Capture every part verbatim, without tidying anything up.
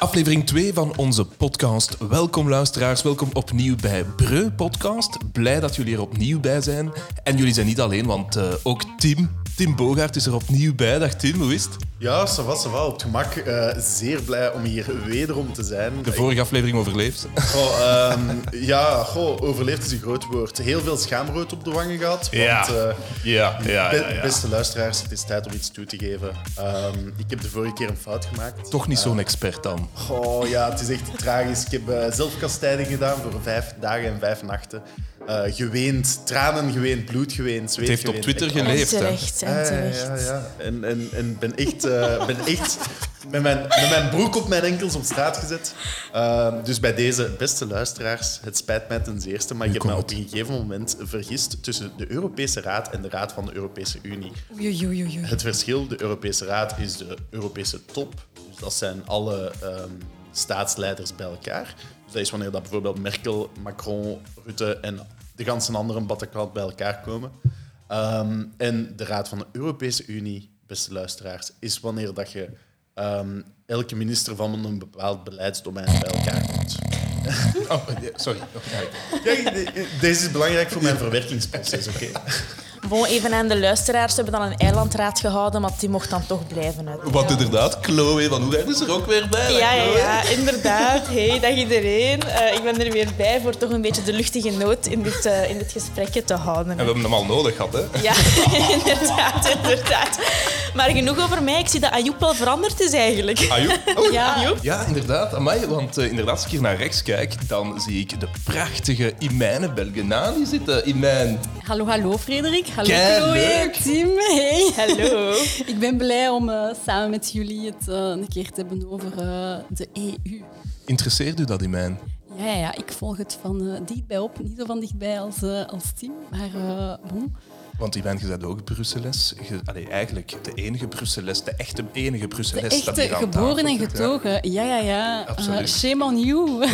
Aflevering twee van onze podcast. Welkom luisteraars, welkom opnieuw bij Breu Podcast. Blij dat jullie er opnieuw bij zijn. En jullie zijn niet alleen, want uh, ook Tim, Tim Bogaert is er opnieuw bij. Dag Tim, hoe is het? Ja, ça va, ça va, op het gemak. Uh, zeer blij om hier wederom te zijn. De vorige aflevering overleefd. Goh, um, ja, goh, overleefd is een groot woord. Heel veel schaamrood op de wangen gehad. Want, ja. Uh, ja, ja, ja, ja, ja. Beste luisteraars, het is tijd om iets toe te geven. Um, ik heb de vorige keer een fout gemaakt. Toch niet uh, zo'n expert dan? Goh, ja, het is echt tragisch. Ik heb uh, zelfkastijding gedaan voor vijf dagen en vijf nachten. Uh, geweend, tranen geweend, bloed geweend, zweet geweend. Het heeft geweend. op Twitter geleefd, hè? Terecht, en terecht. Ja, ja, ja. En, en, en ben echt, uh, ben echt met, mijn, met mijn broek op mijn enkels op straat gezet. Uh, dus bij deze beste luisteraars, het spijt mij ten zeerste, maar ik heb mij op een gegeven moment vergist tussen de Europese Raad en de Raad van de Europese Unie. Oei, oei, oei. Het verschil, de Europese Raad is de Europese top. Dus dat zijn alle um, staatsleiders bij elkaar. Dus dat is wanneer dat bijvoorbeeld Merkel, Macron, Rutte en de ganse andere Bataclan bij elkaar komen. Um, en de Raad van de Europese Unie, beste luisteraars, is wanneer dat je um, elke minister van een bepaald beleidsdomein bij elkaar komt. Oh, sorry. Ja, deze is belangrijk voor mijn verwerkingsproces, oké? Okay? Bon, even aan de luisteraars. We hebben dan een eilandraad gehouden, maar die mocht dan toch blijven uit. Want inderdaad, Chloe van Oegaert is er ook weer bij. Ja, ja, ja, inderdaad. Hey, dag iedereen. Uh, ik ben er weer bij voor toch een beetje de luchtige noot in dit, uh, in dit gesprekje te houden. En we hebben hem al nodig gehad, hè? Ja, inderdaad, inderdaad. Maar genoeg over mij. Ik zie dat Ayoub al veranderd is eigenlijk. Ayoub? Oh, ja. Ayoub? Ja, inderdaad. Amai, want uh, inderdaad, als ik hier naar rechts kijk, dan zie ik de prachtige Imijne Belgenani zitten. Imijn. Hallo, hallo Frederik. Hallo Kei Chloe, leuk. Tim. Hey. Hallo. Ik ben blij om uh, samen met jullie het uh, een keer te hebben over uh, de E U. Interesseert u dat, Imijn? Ja, ja, ja, ik volg het van uh, dichtbij op. Niet zo van dichtbij als, uh, als Tim, maar uh, bon. Want Imijn, je bent ook Brusseles. Je, allee, eigenlijk de enige Brusseles, de echte enige Brusseles. De echte, dat geboren en getogen. Ja, ja, ja. Absoluut. Uh, shame on you.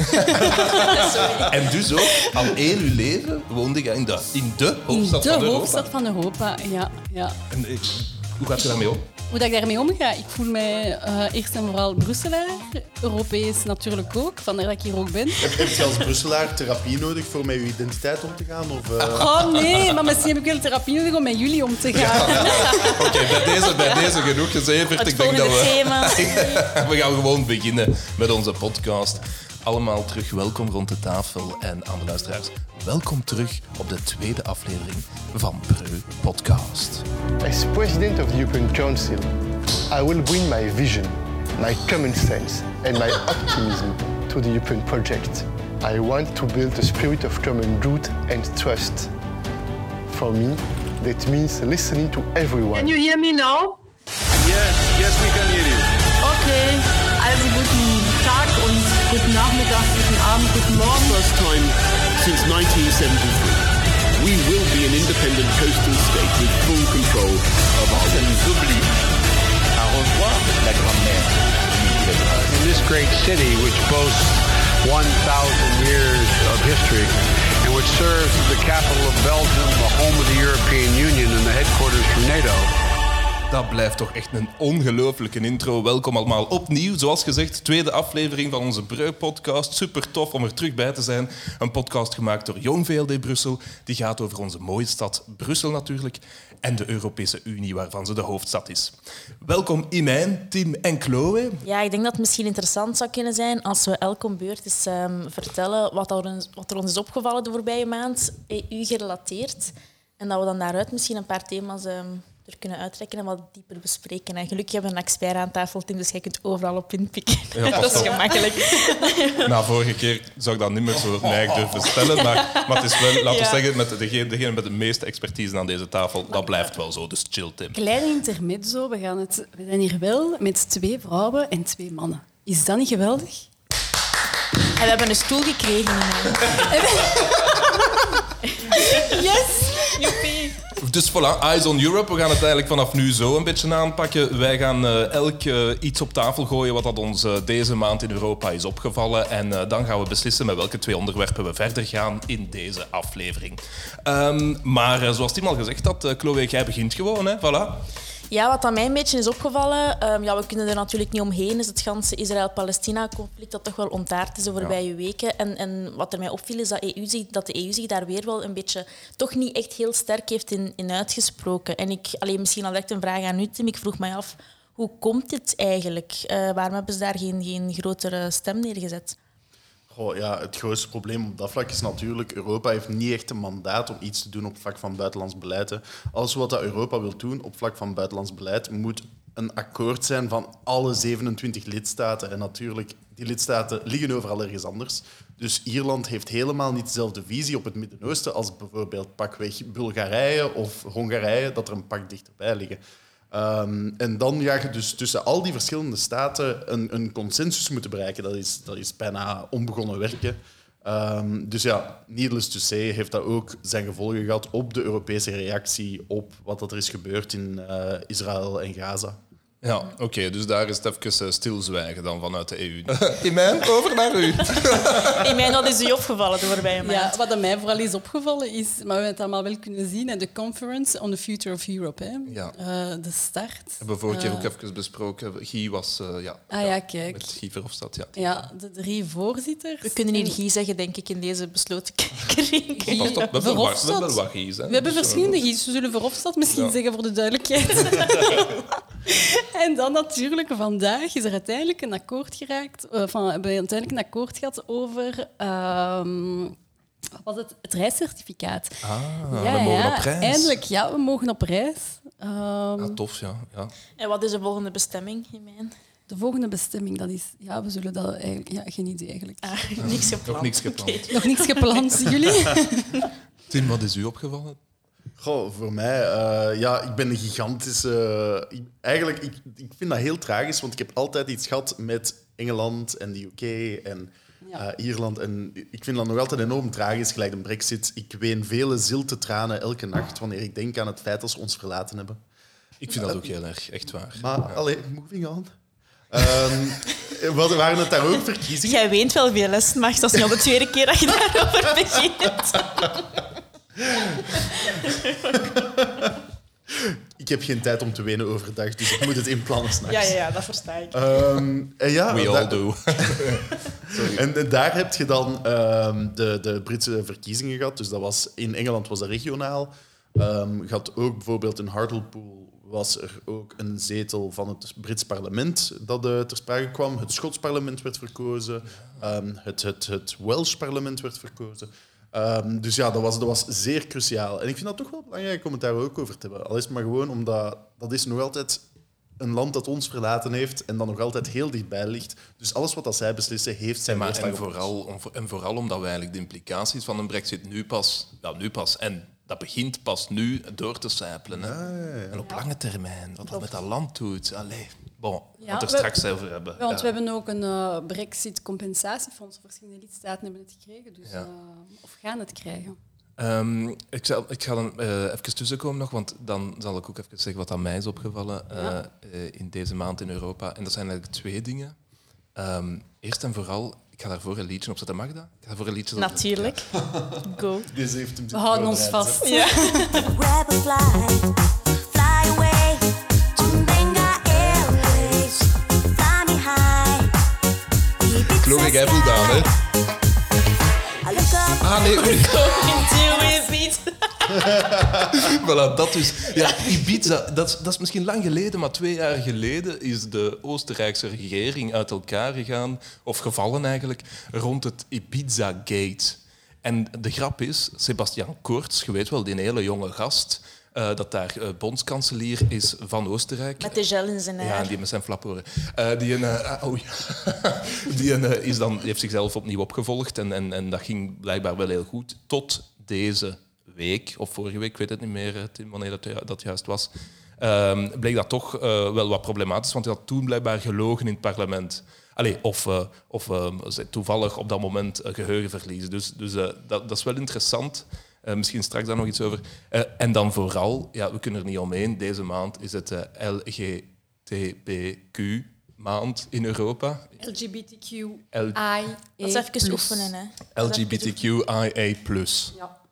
En dus ook, al heel uw leven woonde je in de, in de hoofdstad in de van Europa. hoofdstad van Europa, ja. ja. En, eh, hoe gaat je daarmee om? Hoe dat ik daarmee omga? Ik voel mij uh, eerst en vooral Brusselaar. Europees natuurlijk ook, vandaar dat ik hier ook ben. Heb, heb je als Brusselaar therapie nodig voor met je identiteit om te gaan? Of, uh... Oh nee, maar misschien heb ik wel therapie nodig om met jullie om te gaan. Ja. Oké, okay, bij, deze, bij deze genoeg gezeverd. Het ik denk dat we, thema. we gaan gewoon beginnen met onze podcast. Allemaal terug welkom rond de tafel en aan de luisteraars. Welkom terug op de tweede aflevering van Breu Podcast. As president of the European Council, I will bring my vision, my common sense and my optimism to the European project. I want to build a spirit of common good and trust. For me, that means listening to everyone. Can you hear me now? Yes, yes we can hear you. Okay, also guten Tag und guten Nachmittag, guten Abend, guten Morgen. First time since nineteen seventy-three. We will be an independent coastal state with full control of our oublie. Au revoir, la grand-mère. In this great city, which boasts one thousand years of history, and which serves as the capital of Belgium, the home of the European Union, and the headquarters for NATO. Dat blijft toch echt een ongelooflijke intro. Welkom allemaal opnieuw. Zoals gezegd, tweede aflevering van onze Breu-podcast. Super tof om er terug bij te zijn. Een podcast gemaakt door Jong V L D Brussel. Die gaat over onze mooie stad Brussel natuurlijk. En de Europese Unie, waarvan ze de hoofdstad is. Welkom Imijn, Tim en Chloe. Ja, ik denk dat het misschien interessant zou kunnen zijn als we elk om beurt eens um, vertellen wat er, ons, wat er ons is opgevallen de voorbije maand, E U-gerelateerd. En dat we dan daaruit misschien een paar thema's um, er kunnen uittrekken en wat dieper bespreken. En gelukkig hebben we een expert aan tafel, Tim, dus jij kunt overal op inpikken. Ja, dat is gemakkelijk. Na vorige keer zou ik dat niet meer zo neig durven stellen, maar, maar het is wel, laten we ja. zeggen, met degene, degene met de meeste expertise aan deze tafel, dat blijft wel zo, dus chill, Tim. Kleine intermezzo, we, gaan het, we zijn hier wel met twee vrouwen en twee mannen. Is dat niet geweldig? En we hebben een stoel gekregen. Yes! Joepie. Dus voilà, Eyes on Europe. We gaan het eigenlijk vanaf nu zo een beetje aanpakken. Wij gaan uh, elk uh, iets op tafel gooien wat dat ons uh, deze maand in Europa is opgevallen. En uh, dan gaan we beslissen met welke twee onderwerpen we verder gaan in deze aflevering. Um, maar uh, zoals Tim al gezegd had, uh, Chloe, jij begint gewoon, hè? Voilà. Ja, wat aan mij een beetje is opgevallen, um, ja, we kunnen er natuurlijk niet omheen, is het ganse Israël-Palestina-conflict dat toch wel ontaard is de voorbije ja. weken. En, en wat er mij opviel is dat, E U zich, dat de E U zich daar weer wel een beetje toch niet echt heel sterk heeft in, in uitgesproken. En ik, alleen misschien al direct een vraag aan u, Tim. Ik vroeg mij af, hoe komt dit eigenlijk? Uh, waarom hebben ze daar geen, geen grotere stem neergezet? Goh, ja, het grootste probleem op dat vlak is natuurlijk... Europa heeft niet echt een mandaat om iets te doen op vlak van buitenlands beleid. Hè. Alles wat dat Europa wil doen op vlak van buitenlands beleid moet een akkoord zijn van alle zevenentwintig lidstaten. En natuurlijk, die lidstaten liggen overal ergens anders. Dus Ierland heeft helemaal niet dezelfde visie op het Midden-Oosten als bijvoorbeeld pakweg Bulgarije of Hongarije, dat er een pak dichterbij liggen. Um, en dan ga je dus tussen al die verschillende staten een, een consensus moeten bereiken. Dat is, dat is bijna onbegonnen werken. Um, dus ja, needless to say heeft dat ook zijn gevolgen gehad op de Europese reactie op wat dat er is gebeurd in uh, Israël en Gaza. Ja, oké, okay, dus daar is het even stilzwijgen dan vanuit de E U. Imijn, over naar u. Imijn, wat is u opgevallen de voorbije maand? Ja, wat mij vooral is opgevallen is, maar we hebben het allemaal wel kunnen zien, de Conference on the Future of Europe. Hè. Ja. Uh, de start. We hebben vorige keer uh, ook even besproken. Guy was... Uh, ja, ah ja, kijk. Met Guy Verhofstadt, ja. Ja, de drie voorzitters. We kunnen hier Guy zeggen, denk ik, in deze besloten kring. Guy Verhofstadt. We hebben wel wat Gui's. We hebben verschillende Gui's. We zullen Verhofstadt misschien ja. zeggen voor de duidelijkheid. En dan natuurlijk, vandaag is er uiteindelijk een akkoord geraakt. Uh, van, we hebben uiteindelijk een akkoord gehad over um, wat was het, het reiscertificaat. Ah, ja, we mogen ja, op reis. Eindelijk, ja, we mogen op reis. Um, ja, tof, ja, ja. En wat is de volgende bestemming, Imijn? De volgende bestemming, dat is... Ja, we zullen dat eigenlijk... Ja, geen idee eigenlijk. Ah, niks gepland. Nog niks gepland. Okay. Nog niks gepland, jullie? Tim, wat is u opgevallen? Goh, voor mij, uh, ja, ik ben een gigantische... Uh, ik, eigenlijk, ik, ik vind dat heel tragisch, want ik heb altijd iets gehad met Engeland en de U K en ja. uh, Ierland. En ik vind dat nog altijd enorm tragisch, gelijk de Brexit. Ik ween vele zilte tranen elke nacht wanneer ik denk aan het feit dat ze ons verlaten hebben. Ik vind dat ook heel erg, echt waar. Maar, ja. allee, moving on. Um, wat, waren het daar ook verkiezingen? Jij weent wel veel, les, Macht. Dat is niet al de tweede keer dat je daarover begint. Ik heb geen tijd om te wenen overdag, dus ik moet het inplannen s'nachts. Ja, ja, ja, dat versta ik. Um, en ja, We all do. en, en daar heb je dan um, de, de Britse verkiezingen gehad. Dus dat was, in Engeland was dat regionaal. Um, je had ook bijvoorbeeld in Hartlepool was er ook een zetel van het Brits parlement dat uh, ter sprake kwam. Het Schots parlement werd verkozen. Um, het, het, het Welsh parlement werd verkozen. Um, dus ja, dat was, dat was zeer cruciaal. En ik vind dat toch wel belangrijk om het daar ook over te hebben. Al is het maar gewoon omdat dat is nog altijd een land dat ons verlaten heeft en dat nog altijd heel dichtbij ligt. Dus alles wat dat zij beslissen, heeft zijn maar en vooral, en vooral omdat we eigenlijk de implicaties van een brexit nu pas... Nou, nu pas. En dat begint pas nu door te sijpelen. Hè. Ja, ja, ja. En op lange termijn, wat dat met dat land doet... Allee, bon, ja, we het er straks we, over hebben. Want ja. we hebben ook een uh, brexit-compensatiefonds. Verschillende lidstaten hebben het gekregen, dus, ja. uh, of gaan het krijgen. Um, ik, zal, ik ga dan uh, even tussenkomen nog, want dan zal ik ook even zeggen wat aan mij is opgevallen uh, ja. uh, in deze maand in Europa. En dat zijn eigenlijk twee dingen. Um, eerst en vooral, ik ga daarvoor een liedje opzetten. Mag dat? Ik ga daarvoor een liedje Natuurlijk. Ja. Go. Deze heeft hem We houden ons vast. Ja. Grab a fly, fly away on Benga Airways. Fly me high. Ik geloof ik jij voldaan, hè? Ah, nee. Voilà, dat dus. Ja, Ibiza, dat is, dat is misschien lang geleden, maar twee jaar geleden is de Oostenrijkse regering uit elkaar gegaan, of gevallen eigenlijk, rond het Ibiza-gate. En de grap is, Sebastian Kurz, je weet wel, die hele jonge gast, uh, dat daar uh, bondskanselier is van Oostenrijk. Met de gel in zijn haar. Ja, die met zijn flaporen. Uh, die uh, oh, ja. die, uh, is dan, die heeft zichzelf opnieuw opgevolgd en, en, en dat ging blijkbaar wel heel goed, tot deze week, of vorige week, ik weet het niet meer, Tim, wanneer dat, dat juist was, um, bleek dat toch uh, wel wat problematisch, want hij had toen blijkbaar gelogen in het parlement. Allee, of uh, of uh, toevallig op dat moment uh, geheugen verliezen. Dus, dus uh, dat, dat is wel interessant. Uh, misschien straks daar nog iets over. Uh, en dan vooral, ja, we kunnen er niet omheen, deze maand is het uh, L G T B Q maand in Europa. L G B T Q I A L- dat is even oefenen, hè. L G B T Q I A plus. Ja.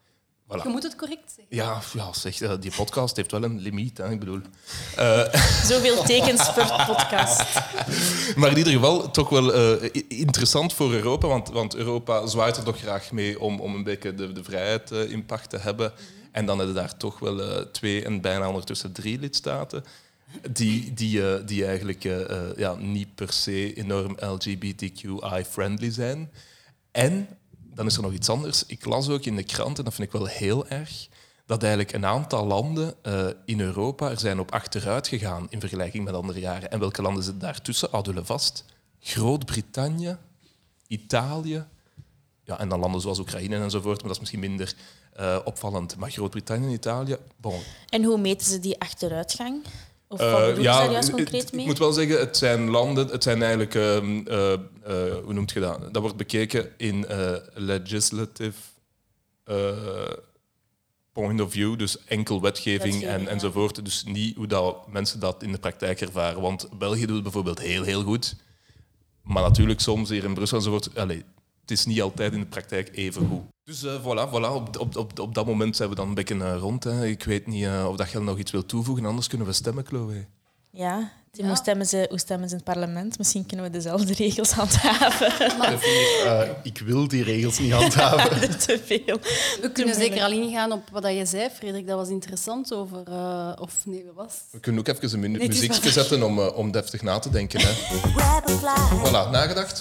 Voilà. Je moet het correct zeggen. Ja, ja zeg, uh, die podcast heeft wel een limiet, hè, ik bedoel. Uh, Zoveel tekens per podcast. Maar in ieder geval toch wel uh, interessant voor Europa, want, want Europa zwaait er toch graag mee om, om een beetje de, de vrijheid uh, in pacht te hebben. En dan hebben we daar toch wel uh, twee en bijna ondertussen drie lidstaten die, die, uh, die eigenlijk uh, uh, ja, niet per se enorm L G B T Q I-friendly zijn. En dan is er nog iets anders. Ik las ook in de krant, en dat vind ik wel heel erg, dat eigenlijk een aantal landen uh, in Europa er zijn op achteruit gegaan in vergelijking met andere jaren. En welke landen zitten daartussen? Houden we vast. Groot-Brittannië, Italië, ja, en dan landen zoals Oekraïne enzovoort, maar dat is misschien minder uh, opvallend. Maar Groot-Brittannië en Italië, bon. En hoe meten ze die achteruitgang? Of wat Uh, bedoelen ja, ze daar juist concreet ik mee? moet wel zeggen, het zijn landen, het zijn eigenlijk, uh, uh, uh, hoe noemt je dat? Dat wordt bekeken in uh, legislative uh, point of view, dus enkel wetgeving, Wetgeving, en, ja. enzovoort. Dus niet hoe dat mensen dat in de praktijk ervaren. Want België doet het bijvoorbeeld heel, heel goed. Maar natuurlijk soms hier in Brussel enzovoort, allez, het is niet altijd in de praktijk even goed. Dus uh, voilà, voilà. Op, op, op, op dat moment zijn we dan een beetje uh, rond. Hè. Ik weet niet uh, of dat je nog iets wilt toevoegen, anders kunnen we stemmen, Chloe. Ja, Tim, Ja. Hoe, stemmen ze, hoe stemmen ze in het parlement? Misschien kunnen we dezelfde regels handhaven. Uh, ik wil die regels niet handhaven. Te veel. We kunnen zeker al ingaan op wat je zei, Frederik. Dat was interessant over... Uh, of nee, wat was? We kunnen ook even een minu- Nee, het is muziekje waar. zetten om, uh, om deftig na te denken. Hè. Grab a fly. Voilà, nagedacht.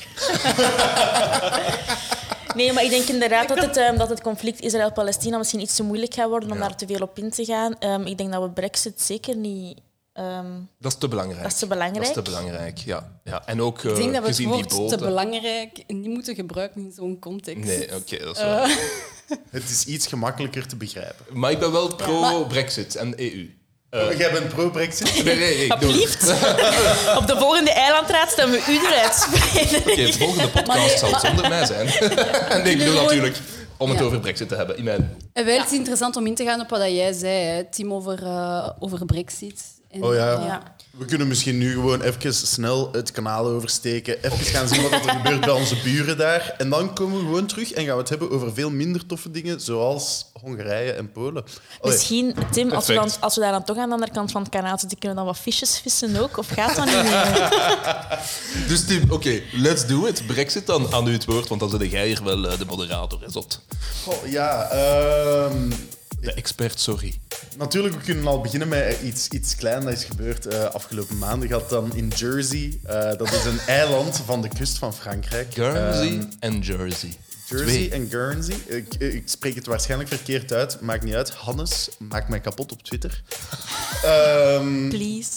Nee, maar ik denk inderdaad dat het, um, dat het conflict Israël-Palestina misschien iets te moeilijk gaat worden om Ja. daar te veel op in te gaan. Um, ik denk dat we Brexit zeker niet... um, Dat is te belangrijk. Dat is te belangrijk. Dat is te belangrijk, ja. ja. En ook uh, Ik denk dat we het gezien die woord boten. te belangrijk niet moeten gebruiken in zo'n context. Nee, oké, okay, dat is waar. Uh, Het is iets gemakkelijker te begrijpen. Maar ik ben wel pro-Brexit en E U. Uh, Jij bent pro-Brexit? nee, nee, ik doe Alsjeblieft. Op de volgende eilandraad staan we u eruit. Oké, de volgende podcast Maar nee, zal maar- zonder mij zijn. nee, ik bedoel gewoon- natuurlijk om het Ja. over Brexit te hebben. In mijn... en wel, het is interessant om in te gaan op wat jij zei, hè, Tim, over, uh, over Brexit. En, Oh ja. uh, We kunnen misschien nu gewoon even snel het kanaal oversteken. Even gaan zien wat er gebeurt bij onze buren daar. En dan komen we gewoon terug en gaan we het hebben over veel minder toffe dingen, zoals Hongarije en Polen. Allee. Misschien, Tim, als we, dan, Perfect. als we daar dan toch aan de andere kant van het kanaal zitten, kunnen we dan wat visjes vissen ook? Of gaat dat niet meer? Dus Tim, oké, okay, let's do it. Brexit dan aan u het woord, want dan zit jij hier wel uh, de moderator. Is dat? Oh, ja, ehm, De expert, sorry. natuurlijk, we kunnen al beginnen met iets, iets kleins dat is gebeurd uh, afgelopen maanden. Gaat dan in Jersey. Uh, dat is een eiland van de kust van Frankrijk. Guernsey Ehm, en Jersey. Jersey Twee. en Guernsey. Ik, ik spreek het waarschijnlijk verkeerd uit. Maakt niet uit. Hannes, maak mij kapot op Twitter. Ehm, Please.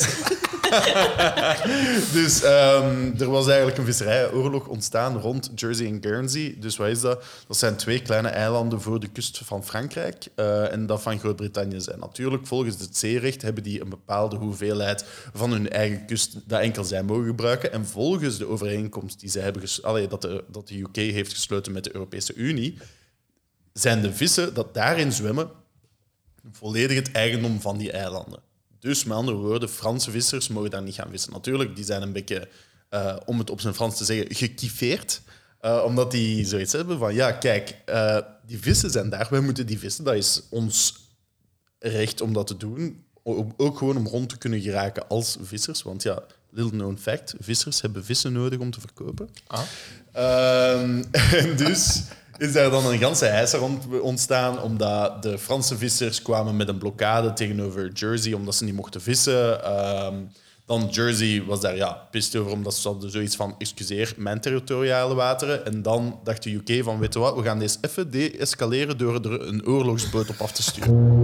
dus ehm, er was eigenlijk een visserijoorlog ontstaan rond Jersey en Guernsey. Dus wat is dat? Dat zijn twee kleine eilanden voor de kust van Frankrijk uh, en dat van Groot-Brittannië zijn. Natuurlijk, volgens het zeerecht hebben die een bepaalde hoeveelheid van hun eigen kust dat enkel zij mogen gebruiken. En volgens de overeenkomst die zij hebben ges- allee, dat, de, dat de U K heeft gesloten met de Europese Unie, zijn de vissen dat daarin zwemmen volledig het eigendom van die eilanden. Dus met andere woorden, Franse vissers mogen daar niet gaan vissen. Natuurlijk, die zijn een beetje, uh, om het op zijn Frans te zeggen, gekiffeerd. Uh, omdat die zoiets hebben van, ja, kijk, uh, die vissen zijn daar, wij moeten die vissen. Dat is ons recht om dat te doen. O- ook gewoon om rond te kunnen geraken als vissers. Want ja, little known fact, vissers hebben vissen nodig om te verkopen. Ah. Um, en dus is daar dan een ganse heisa rond ontstaan, omdat de Franse vissers kwamen met een blokkade tegenover Jersey, omdat ze niet mochten vissen. Um, dan Jersey was daar ja, pist over, omdat ze hadden zoiets van, excuseer, mijn territoriale wateren. En dan dacht de U K van, weet je wat, we gaan deze even de-escaleren door er een oorlogsboot op af te sturen.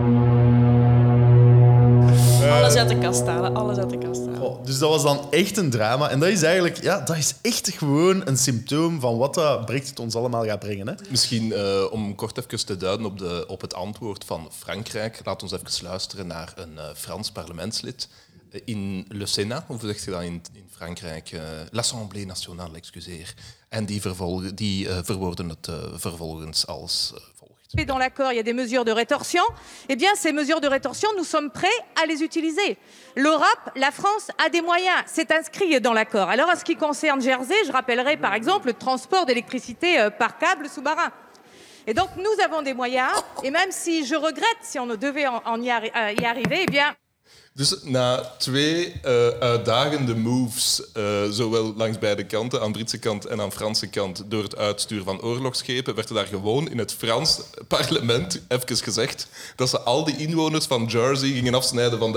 Alles uit de kast halen, alles uit de kast halen. Oh, dus dat was dan echt een drama. En dat is eigenlijk, ja, dat is echt gewoon een symptoom van wat dat Brexit ons allemaal gaat brengen. Hè? Misschien uh, om kort even te duiden op, de, op het antwoord van Frankrijk. Laat ons even luisteren naar een uh, Frans parlementslid. Uh, in Le Sénat, hoe zeg je dat in, in Frankrijk? Uh, L'Assemblée nationale, excuseer. En die, vervolgen, die uh, verwoorden het uh, vervolgens als uh, volgt. Dans l'accord, il y a des mesures de rétorsion. Eh bien, ces mesures de rétorsion, nous sommes prêts à les utiliser. L'Europe, la France a des moyens. C'est inscrit dans l'accord. Alors, en ce qui concerne Jersey, je rappellerai par exemple le transport d'électricité par câble sous-marin. Et donc, nous avons des moyens. Et même si je regrette, si on devait en, en y, arri- euh, y arriver, eh bien... Dus na twee uh, uitdagende moves, uh, zowel langs beide kanten, aan Britse kant en aan Franse kant, door het uitsturen van oorlogsschepen, werd er daar gewoon in het Frans parlement even gezegd dat ze al die inwoners van Jersey gingen afsnijden van de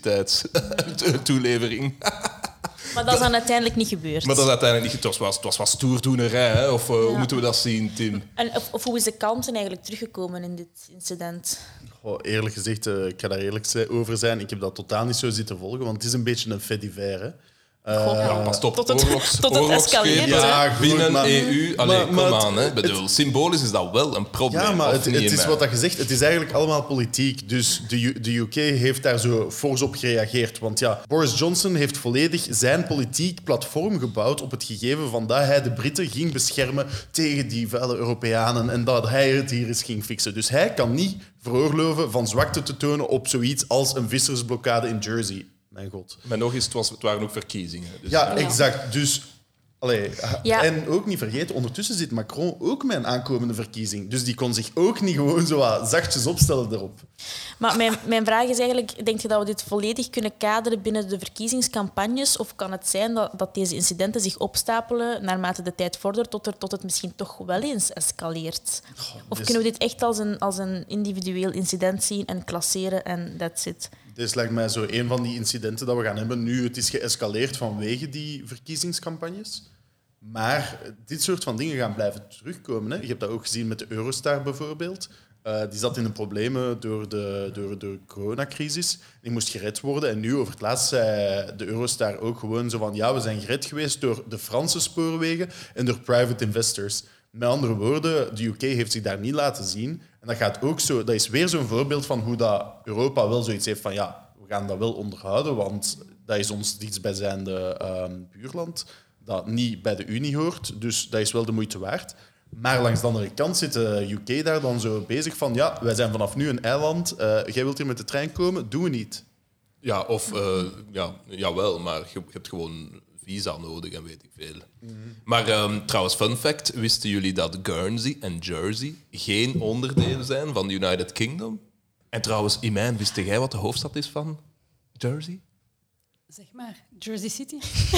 elektriciteitstoelevering. Maar dat is dan uiteindelijk niet gebeurd. Maar dat is uiteindelijk niet... Het was, het was wat stoerdoenerij, hè? Of uh, ja. Hoe moeten we dat zien, Tim? En, of, of hoe is de Kalmthen eigenlijk teruggekomen in dit incident? Oh, eerlijk gezegd, uh, ik ga daar eerlijk over zijn. Ik heb dat totaal niet zo zitten volgen, want het is een beetje een fait divers, hè. Uh, God, ja, pas op, tot het, oorlogs, tot het escaleert. Ja, binnen maar, E U. Allee, maar, kom maar aan. Hè. Bedoel, het, symbolisch is dat wel een probleem. Ja, maar het, het is wat dat je zegt. Het is eigenlijk allemaal politiek. Dus de, U, de U K heeft daar zo fors op gereageerd. Want ja, Boris Johnson heeft volledig zijn politiek platform gebouwd op het gegeven van dat hij de Britten ging beschermen tegen die vuile Europeanen en dat hij het hier eens ging fixen. Dus hij kan niet veroorloven van zwakte te tonen op zoiets als een vissersblokkade in Jersey. Mijn god. Maar nog eens, het, was, het waren ook verkiezingen. Dus ja, exact. Dus, allee, ja. En ook niet vergeten, ondertussen zit Macron ook met een aankomende verkiezing. Dus die kon zich ook niet gewoon zo wat zachtjes opstellen erop. Maar mijn, mijn vraag is eigenlijk, denk je dat we dit volledig kunnen kaderen binnen de verkiezingscampagnes? Of kan het zijn dat, dat deze incidenten zich opstapelen naarmate de tijd vordert tot, er, tot het misschien toch wel eens escaleert? Goh, of dus... kunnen we dit echt als een, als een individueel incident zien en klasseren en that's it? Dit lijkt mij zo een van die incidenten dat we gaan hebben. Nu, het is geëscaleerd vanwege die verkiezingscampagnes. Maar dit soort van dingen gaan blijven terugkomen. Hè. Je hebt dat ook gezien met de Eurostar bijvoorbeeld. Uh, die zat in de problemen door de, door, door de coronacrisis. Die moest gered worden. En nu, over het laatst, zei de Eurostar ook gewoon zo van... Ja, we zijn gered geweest door de Franse spoorwegen en door private investors. Met andere woorden, de U K heeft zich daar niet laten zien. En dat gaat ook zo... Dat is weer zo'n voorbeeld van hoe dat Europa wel zoiets heeft van... Ja, we gaan dat wel onderhouden, want dat is ons dichtstbijzijnde um, buurland dat niet bij de Unie hoort. Dus dat is wel de moeite waard. Maar langs de andere kant zit de U K daar dan zo bezig van... Ja, wij zijn vanaf nu een eiland. Uh, jij wilt hier met de trein komen? Doen we niet. Ja, of... Uh, ja, jawel, maar je, je hebt gewoon... visa nodig en weet ik veel. Mm-hmm. Maar um, trouwens, fun fact, wisten jullie dat Guernsey en Jersey geen onderdelen zijn van de United Kingdom? En trouwens, Iman, wist jij wat de hoofdstad is van Jersey? Zeg maar, Jersey City.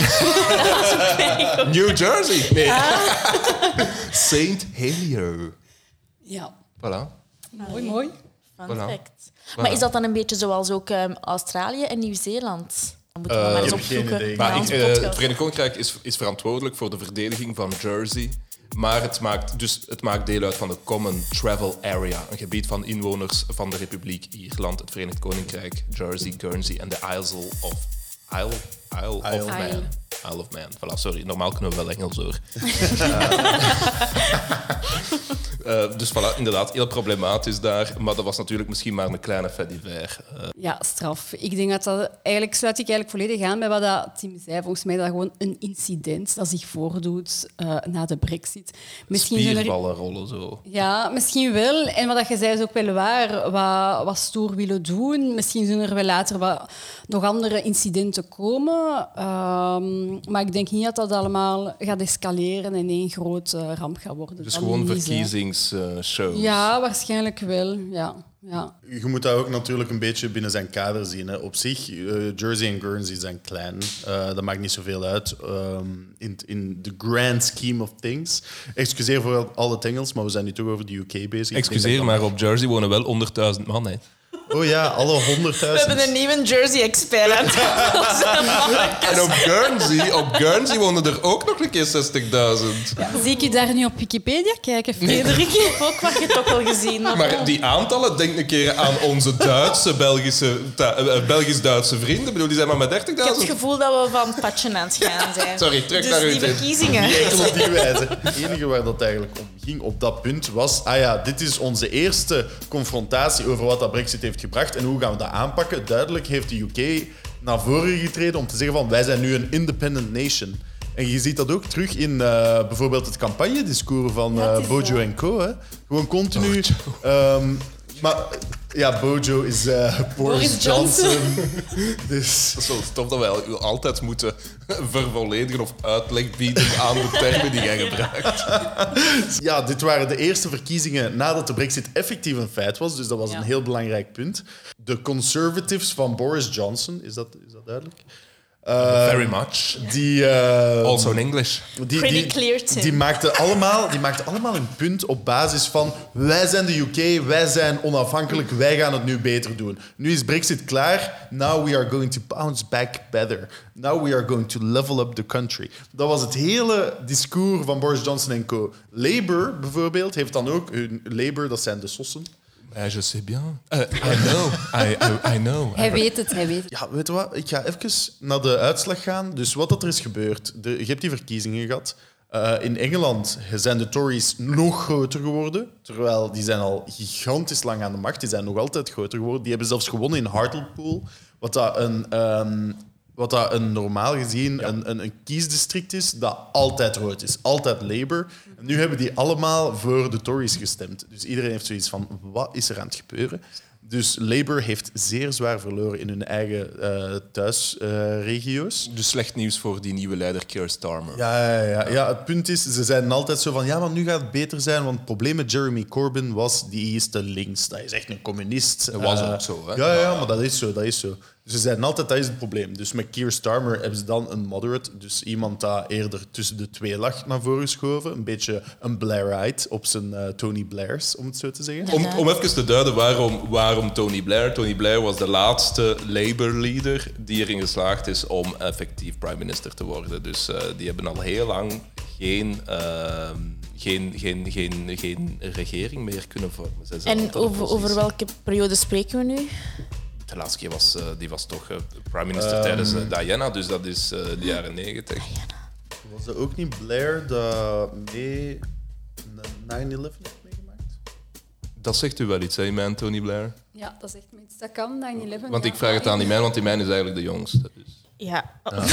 New Jersey! Nee. Ah. Saint Helier. Ja. Voilà. Mooi, mooi. Fun Voilà. fact. Voilà. Maar is dat dan een beetje zoals ook um, Australië en Nieuw-Zeeland? Dan moeten we uh, maar eens opzoeken. Maar ik, uh, het Verenigd Koninkrijk is, is verantwoordelijk voor de verdediging van Jersey. Maar het maakt, dus het maakt deel uit van de Common Travel Area. Een gebied van inwoners van de Republiek Ierland, het Verenigd Koninkrijk, Jersey, Guernsey en de Isle of... Isle, Isle, Isle of Man. Isle. Isle of Man. Voilà, sorry. Normaal kunnen we wel Engels, hoor. uh, dus voilà, inderdaad, heel problematisch daar. Maar dat was natuurlijk misschien maar een kleine fait divers. Uh. Ja, straf. Ik denk dat dat... Eigenlijk sluit ik eigenlijk volledig aan bij wat dat Tim zei. Volgens mij is dat gewoon een incident dat zich voordoet uh, na de brexit. Misschien Spierballen er... rollen, zo. Ja, misschien wel. En wat je zei is ook wel waar. Wat, wat stoer willen doen. Misschien zullen er wel later wat, nog andere incidenten komen. Um, maar ik denk niet dat dat allemaal gaat escaleren en één grote ramp gaat worden. Dus dat gewoon verkiezingsshows? Uh, ja, waarschijnlijk wel. Ja. Ja. Je moet dat ook natuurlijk een beetje binnen zijn kader zien. Hè. Op zich, uh, Jersey en Guernsey zijn klein. Uh, dat maakt niet zoveel uit. Um, in, in the grand scheme of things. Excuseer voor al het Engels, maar we zijn nu toch over de U K bezig. Excuseer, maar op Jersey wonen wel honderdduizend man. Hè. Oh ja, alle honderdduizend. We hebben een nieuwe Jersey-expert aan het En op Guernsey, op Guernsey wonen er ook nog een keer zestigduizend. Ja, zie ik je daar nu op Wikipedia kijken, Frederik? Nee. Ook wat je toch al gezien had. Maar die aantallen, denk een keer aan onze Duitse, Belgische, uh, Belgisch-Duitse vrienden. Ik bedoel, die zijn maar met dertigduizend. Ik heb het gevoel dat we van het padje aan het gaan zijn. Sorry, terug dus naar die u. verkiezingen. Niet enkel op die wijze. Het enige waar dat eigenlijk om ging op dat punt was... Ah ja, dit is onze eerste confrontatie over wat dat Brexit heeft gebracht en hoe gaan we dat aanpakken. Duidelijk heeft de U K naar voren getreden om te zeggen van wij zijn nu een independent nation. En je ziet dat ook terug in uh, bijvoorbeeld het campagnediscours van uh, ja, Bojo en Co. Hè. Gewoon continu... Um, Maar ja, Bojo is uh, Boris, Boris Johnson. Johnson. Dus... Dat is wel tof dat wij u altijd moeten vervolledigen of uitleg bieden aan de termen die jij gebruikt. Ja, dit waren de eerste verkiezingen nadat de brexit effectief een feit was. Dus dat was Ja. een heel belangrijk punt. De conservatives van Boris Johnson, is dat, is dat duidelijk? Uh, Very much. Die, uh, Also in English. Die, Pretty die, clear, Tim. die, maakten allemaal, die maakten allemaal een punt op basis van wij zijn de U K, wij zijn onafhankelijk, wij gaan het nu beter doen. Nu is Brexit klaar. Now we are going to bounce back better. Now we are going to level up the country. Dat was het hele discours van Boris Johnson en co. Labour bijvoorbeeld heeft dan ook... Hun Labour, dat zijn de sossen. Ja, je sais bien. Uh, I know. I, I, I know. Hij weet het, hij weet het. Ja, weet je wat? Ik ga even naar de uitslag gaan. Dus wat dat er is gebeurd. De, je hebt die verkiezingen gehad. Uh, in Engeland zijn de Tories nog groter geworden. Terwijl die zijn al gigantisch lang aan de macht. Die zijn nog altijd groter geworden. Die hebben zelfs gewonnen in Hartlepool. Wat dat een, um, wat dat een normaal gezien ja. een, een, een kiesdistrict is dat altijd rood is. Altijd Labour. En nu hebben die allemaal voor de Tories gestemd. Dus iedereen heeft zoiets van, wat is er aan het gebeuren? Dus Labour heeft zeer zwaar verloren in hun eigen uh, thuisregio's. Uh, dus slecht nieuws voor die nieuwe leider Keir Starmer. Ja, ja, ja, ja, het punt is, ze zeiden altijd zo van, ja, maar nu gaat het beter zijn, want het probleem met Jeremy Corbyn was, die is te links. Dat is echt een communist. Dat was uh, ook zo, hè? Ja, ja, maar dat is zo, dat is zo. Dus ze zeiden altijd, dat is het probleem. Dus met Keir Starmer hebben ze dan een moderate, dus iemand dat eerder tussen de twee lag naar voren geschoven. Een beetje een Blairite op zijn uh, Tony Blairs, om het zo te zeggen. Om, om even te duiden waarom, waarom Tony Blair. Tony Blair was de laatste Labour-leader die erin geslaagd is om effectief prime minister te worden. Dus uh, die hebben al heel lang geen, uh, geen, geen, geen, geen regering meer kunnen vormen. Zij zijn En altijd over, over welke periode spreken we nu? De laatste keer was, uh, die was toch uh, prime minister Um, tijdens uh, Diana, dus dat is uh, de jaren negentig. Was dat ook niet Blair dat mee nine eleven heeft meegemaakt? Dat zegt u wel iets, hè, mijn Tony Blair? Ja, dat zegt me iets. Dat kan, nine eleven. Want ja. ik vraag het aan die mijn, want die mijn is eigenlijk de jongste. Dus. Ja. Ja.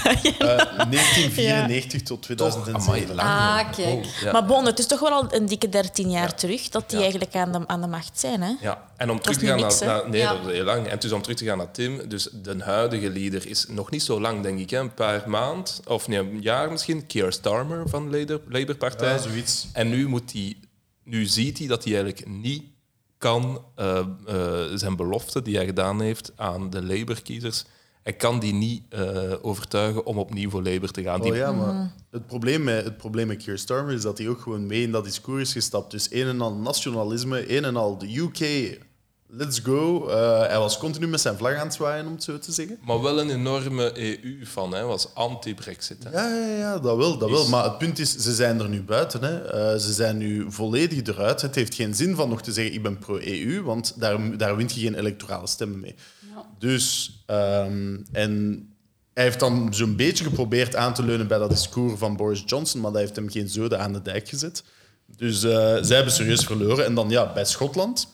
Uh, negentien vierennegentig ja. tot tweeduizend zeven. Amai, lang, ah, kijk. Oh, ja. Maar bon, het is toch wel al een dikke dertien jaar Ja. terug dat die Ja. eigenlijk aan de, aan de macht zijn. Hè? Ja, en om Dat terug is te gaan niet niks, naar, hè? naar... Nee, Ja. dat is heel lang. En dus om terug te gaan naar Tim, dus de huidige leader is nog niet zo lang, denk ik, hè? Een paar maanden, of nee, een jaar misschien, Keir Starmer van de Labour, Labour-partij. Ja, zoiets. En nu, moet hij, nu ziet hij dat hij eigenlijk niet kan uh, uh, zijn belofte die hij gedaan heeft aan de Labour-kiezers, hij kan die niet uh, overtuigen om opnieuw voor Labour te gaan. Die... Oh ja, maar het probleem, met, het probleem met Keir Starmer is dat hij ook gewoon mee in dat discours is gestapt. Dus een en al nationalisme, een en al de U K, let's go. Uh, hij was continu met zijn vlag aan het zwaaien, om het zo te zeggen. Maar wel een enorme E U-fan, hij was anti-Brexit. Hè? Ja, ja, ja, dat wel, dat wel. Maar het punt is, ze zijn er nu buiten. Hè. Uh, ze zijn nu volledig eruit. Het heeft geen zin van nog te zeggen, ik ben pro-E U, want daar, daar wint je geen electorale stemmen mee. Ja. Dus, um, en hij heeft dan zo'n beetje geprobeerd aan te leunen bij dat discours van Boris Johnson, maar dat heeft hem geen zoden aan de dijk gezet. Dus uh, zij hebben serieus verloren. En dan ja, bij Schotland...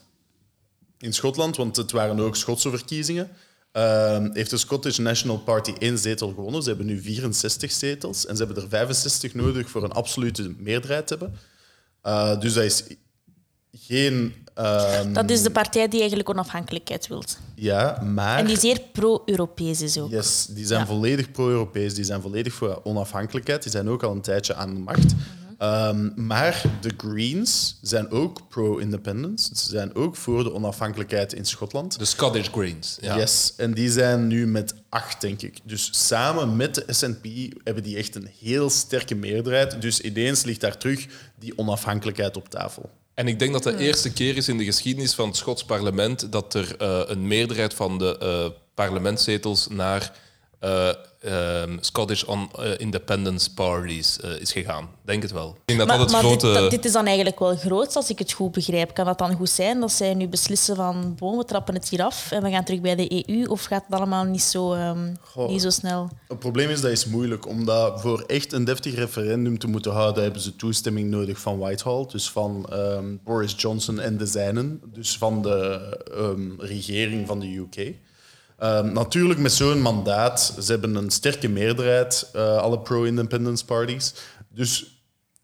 In Schotland, want het waren ook Schotse verkiezingen, uh, heeft de Scottish National Party één zetel gewonnen. Ze hebben nu vierenzestig zetels en ze hebben er vijfenzestig nodig voor een absolute meerderheid te hebben. Uh, dus dat is geen... Um, Dat is de partij die eigenlijk onafhankelijkheid wil. Ja, maar... En die zeer pro-Europees is ook. Yes, die zijn Ja. volledig pro-Europees, die zijn volledig voor onafhankelijkheid. Die zijn ook al een tijdje aan de macht. Um, maar de Greens zijn ook pro-independence. Ze zijn ook voor de onafhankelijkheid in Schotland. De Scottish Greens. Ja. Yes, en die zijn nu met acht, denk ik. Dus samen met de S en P hebben die echt een heel sterke meerderheid. Dus ineens ligt daar terug die onafhankelijkheid op tafel. En ik denk dat de eerste keer is in de geschiedenis van het Schots parlement dat er uh, een meerderheid van de uh, parlementszetels naar uh, um, Scottish on, uh, Independence Parties uh, is gegaan. Denk het wel. Ik denk dat Maar, dat het maar grote... dit, dat- dit is dan eigenlijk wel groot, als ik het goed begrijp. Kan dat dan goed zijn dat zij nu beslissen van boom, we trappen het hier af en we gaan terug bij de E U? Of gaat het allemaal niet zo, um, Goh. niet zo snel? Het probleem is dat is moeilijk, omdat voor echt een deftig referendum te moeten houden, hebben ze toestemming nodig van Whitehall, dus van um, Boris Johnson en de zijnen, dus van de um, regering van de U K. Um, natuurlijk met zo'n mandaat, ze hebben een sterke meerderheid, uh, alle pro-independence parties. Dus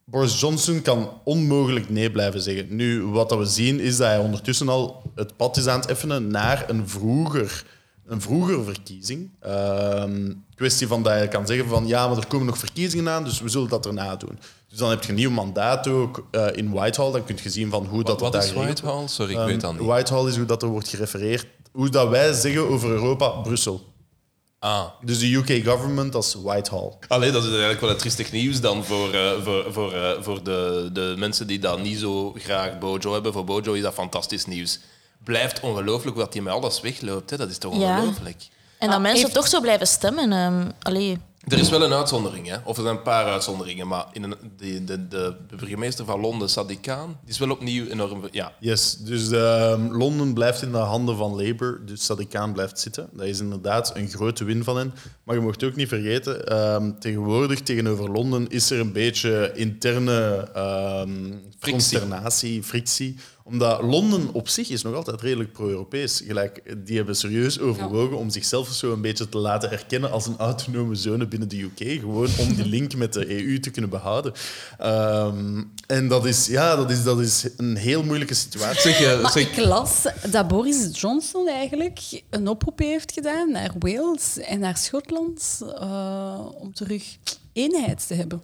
Boris Johnson kan onmogelijk nee blijven zeggen. Nu, wat dat we zien, is dat hij ondertussen al het pad is aan het effenen naar een vroeger, een vroegere verkiezing. Um, kwestie van dat je kan zeggen van ja, maar er komen nog verkiezingen aan, dus we zullen dat erna doen. Dus dan heb je een nieuw mandaat ook uh, in Whitehall. Dan kun je zien van hoe dat Wat het is daar Whitehall? Sorry, ik um, weet dat niet. Whitehall is hoe dat er wordt gerefereerd. Hoe dat wij zeggen over Europa, Brussel. Ah. Dus de U K government als Whitehall. Allee, dat is eigenlijk wel het triestig nieuws dan voor, uh, voor, voor, uh, voor de, de mensen die dat niet zo graag Bojo hebben. Voor Bojo is dat fantastisch nieuws. Blijft ongelooflijk dat hij met alles wegloopt. Hè. Dat is toch ongelooflijk? Ja. En dat Ah, mensen heeft... toch zo blijven stemmen. Um, allee. Er is wel een uitzondering, hè? Of er zijn een paar uitzonderingen. Maar in een, de, de, de burgemeester van Londen, Sadiq Khan, die is wel opnieuw enorm... Ja. Yes, dus uh, Londen blijft in de handen van Labour, dus Sadiq Khan blijft zitten. Dat is inderdaad een grote win van hen. Maar je mocht ook niet vergeten, uh, tegenwoordig tegenover Londen is er een beetje interne uh, consternatie, frictie. Omdat Londen op zich is nog altijd redelijk pro-Europees. Gelijk, die hebben serieus overwogen om zichzelf zo een beetje te laten erkennen als een autonome zone binnen de U K. Gewoon om die link met de E U te kunnen behouden. Um, en dat is, ja, dat, is, dat is een heel moeilijke situatie. Zeg, uh, Maar zeg... ik las dat Boris Johnson eigenlijk een oproep heeft gedaan naar Wales en naar Schotland uh, om terug eenheid te hebben.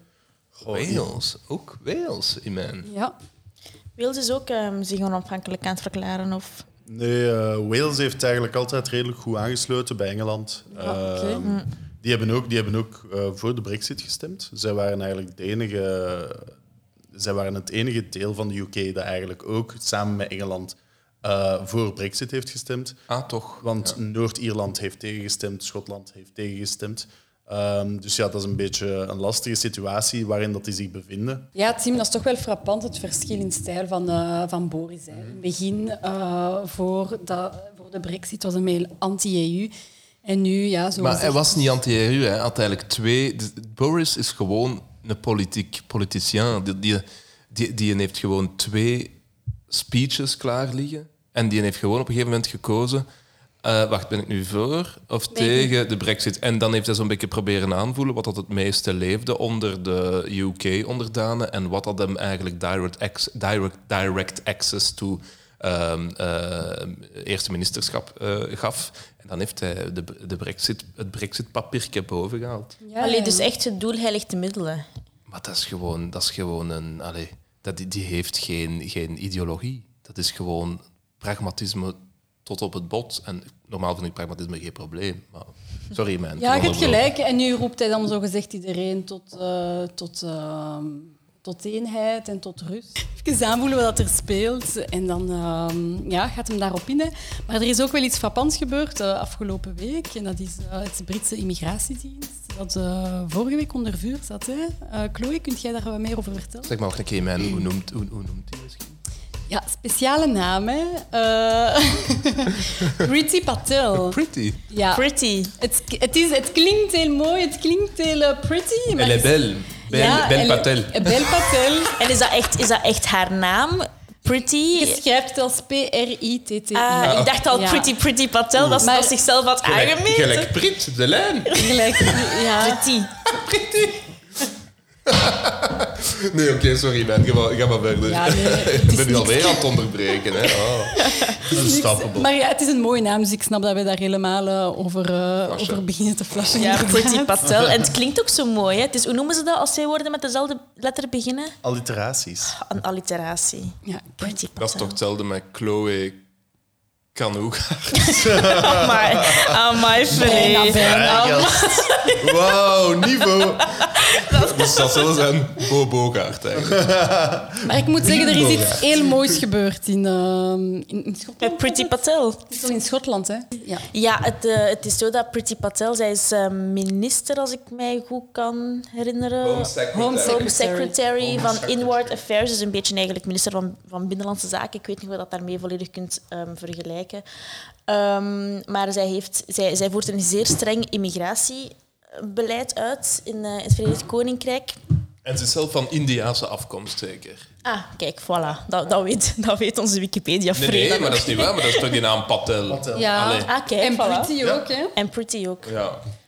Wales, ook Wales, Iman. Ja. Wales is ook um, zich onafhankelijk aan het verklaren. Of... Nee, uh, Wales heeft eigenlijk altijd redelijk goed aangesloten bij Engeland. Ja, okay. uh, mm. Die hebben ook, die hebben ook uh, voor de Brexit gestemd. Zij waren eigenlijk de enige, zij waren het enige deel van de U K dat eigenlijk ook samen met Engeland uh, voor Brexit heeft gestemd. Ah, toch? Want ja. Noord-Ierland heeft tegengestemd, Schotland heeft tegengestemd. Um, dus ja, dat is een beetje een lastige situatie waarin dat die zich bevinden. Ja, Tim, dat is toch wel frappant, het verschil in stijl van, uh, van Boris. Hè. In het begin, uh, voor, dat, voor de brexit, was hij meer anti-E U. En nu, ja, zo Maar hij was niet anti-E U, hij had eigenlijk twee... Boris is gewoon een politiek politicien. Die, die, die, die heeft gewoon twee speeches klaar liggen. En die heeft gewoon op een gegeven moment gekozen... Uh, wacht, ben ik nu voor of nee. tegen de brexit? En dan heeft hij zo'n beetje proberen aanvoelen wat dat het meeste leefde onder de U K-onderdanen en wat dat hem eigenlijk direct, ex, direct, direct access to um, uh, eerste ministerschap uh, gaf. En dan heeft hij de, de brexit, het brexit-papiertje boven gehaald. Ja, allee, dus echt het doel heiligt de middelen. Maar dat is gewoon, dat is gewoon een... Allee, dat, die heeft geen, geen ideologie. Dat is gewoon pragmatisme tot op het bot. En normaal vind ik pragmatisme geen probleem. Maar, sorry, man. Ja, je hebt gelijk. En nu roept hij dan zogezegd iedereen tot, uh, tot, uh, tot eenheid en tot rust. Even aanvoelen wat er speelt. En dan uh, ja, gaat hem daarop in. Hè. Maar er is ook wel iets frappants gebeurd uh, afgelopen week. En dat is uh, het Britse immigratiedienst. Dat uh, vorige week onder vuur zat. Hè. Uh, Chloe, kunt jij daar wat meer over vertellen? Zeg maar nog een keer, man. Hoe noemt, hoe, hoe noemt die misschien? Ja, speciale naam, hè. Uh, Priti Patel. Pretty? Ja. Pretty. Het, het, is, het klinkt heel mooi, het klinkt heel uh, pretty. Maar Elle est belle. Belle, ja, belle elle, Patel. Belle Patel. En is dat echt, is dat echt haar naam? Pretty? Je schrijft het als P R I T T I. Ah, ik dacht al Ja. Pretty Pretty Patel, dat ze Maar- dat zichzelf had aangemeten. Gelijk Prit, de lijn. Gelijk, ja. Pretty. Nee, oké, okay, sorry, man. Ga maar, ga maar verder. Ja, nee, het ik is ben nu niks. alweer aan het onderbreken. Hè. Oh. Unstoppable. Maar ja, het is een mooie naam, dus ik snap dat we daar helemaal uh, over, uh, over beginnen te flashen. Ja, inderdaad. Pretty Patel. En het klinkt ook zo mooi. Hè? Het is, hoe noemen ze dat als twee woorden met dezelfde letter beginnen? Alliteraties. Een alliteratie. Ja, Pretty Dat is Patel. toch hetzelfde met Chloe Canoegaard. Amai, amai, Bijna, Free. bijna. Wauw, niveau. Dus dat zal zijn Bo Bogaert eigenlijk. Maar ik moet zeggen, er is iets heel moois gebeurd in, uh, in, in Schotland. Met Pretty Patel. Het is toch in Schotland, hè? Ja. Ja, het, uh, het is zo dat Pretty Patel, zij is uh, minister, als ik mij goed kan herinneren. Home Secretary. Home Secretary. Secretary Home van Secretary. Inward Affairs. Dus een beetje eigenlijk minister van, van Binnenlandse Zaken. Ik weet niet of je dat daarmee volledig kunt um, vergelijken. Um, maar zij, heeft, zij, zij voert een zeer streng immigratiebeleid uit in, uh, in het Verenigd Koninkrijk. En ze is zelf van Indiase afkomst, zeker. Ah, kijk, voilà. Dat, dat, weet, dat weet onze Wikipedia. Nee, nee, maar dat is niet waar. Maar dat is toch die naam Patel? Patel. Ja. Allee. Ah, kijk, En voilà. Pretty ook, hè? En Pretty ook. Ja.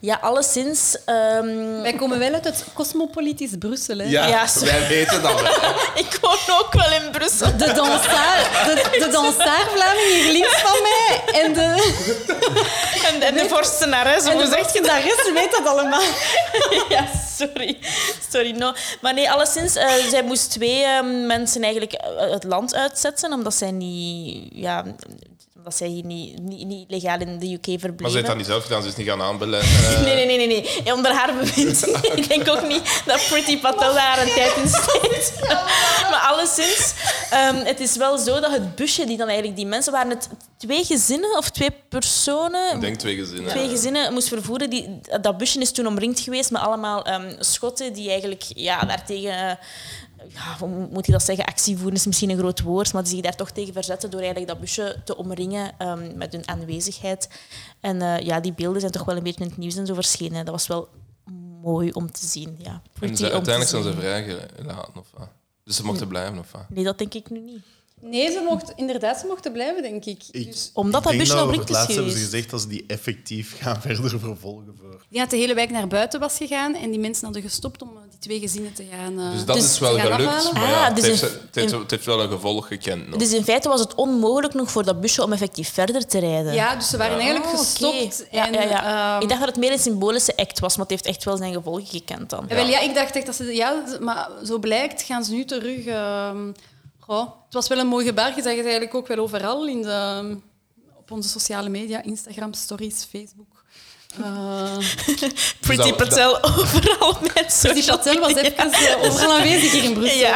Ja, alleszins... Um... Wij komen wel uit het cosmopolitisch Brussel. Hè? Ja, ja wij weten dat wel. Ik woon ook wel in Brussel. De dansaar, de, de dansaar Vlaming hier links van mij en de... En de, en de vorstenares, en de vorstenares weet dat allemaal. Ja, sorry. Sorry, no. Maar nee, alleszins, uh, zij moest twee uh, mensen eigenlijk het land uitzetten, omdat zij niet... Ja, dat zij hier niet, niet, niet legaal in de U K verbleven. Maar ze heeft dat niet zelf gedaan, ze is niet gaan aanbellen. Uh... Nee, nee, nee, nee, nee. Ja, onder haar bewind. Ik denk ook niet dat Priti Patel daar een tijd in steekt. Maar alleszins, um, het is wel zo dat het busje die dan eigenlijk... Die mensen waren het twee gezinnen of twee personen... Ik denk twee gezinnen. Twee gezinnen moest vervoeren. Die, dat busje is toen omringd geweest met allemaal um, Schotten die eigenlijk ja, daartegen... Uh, Ja, hoe moet je dat zeggen? Actie voeren is misschien een groot woord, maar die zich daar toch tegen verzetten door eigenlijk dat busje te omringen um, met hun aanwezigheid. En uh, ja, die beelden zijn toch wel een beetje in het nieuws en zo verschenen. Dat was wel mooi om te zien. Ja, en ze, uiteindelijk zijn ze vrijgelaten, of wat? Dus ze mochten blijven, of wat? Nee, dat denk ik nu niet. Nee, ze mocht, inderdaad, ze mochten blijven, denk ik. ik dus... Omdat dat busje omringd is geweest. Hebben ze gezegd dat ze die effectief gaan verder vervolgen. Voor. Ja, de hele wijk naar buiten was gegaan en die mensen hadden gestopt om die twee gezinnen te gaan uh, Dus dat dus is wel gelukt, maar ja, ah, dus het, heeft, in, het, heeft, het heeft wel een gevolg gekend. Nog. Dus in feite was het onmogelijk nog voor dat busje om effectief verder te rijden. Ja, dus ze waren ja. eigenlijk gestopt. Okay. En, ja, ja, ja. Um, ik dacht dat het meer een symbolische act was, maar het heeft echt wel zijn gevolgen gekend dan. Ja, wel, ja ik dacht echt dat ze... Ja, maar zo blijkt, gaan ze nu terug... Uh, Goh, het was wel een mooi gebaar. Je zag het eigenlijk ook wel overal in de, op onze sociale media, Instagram, stories, Facebook. Uh, Priti dus Patel dat... overal met Priti Patel was even uh, overal aanwezig hier in Brussel. Ja.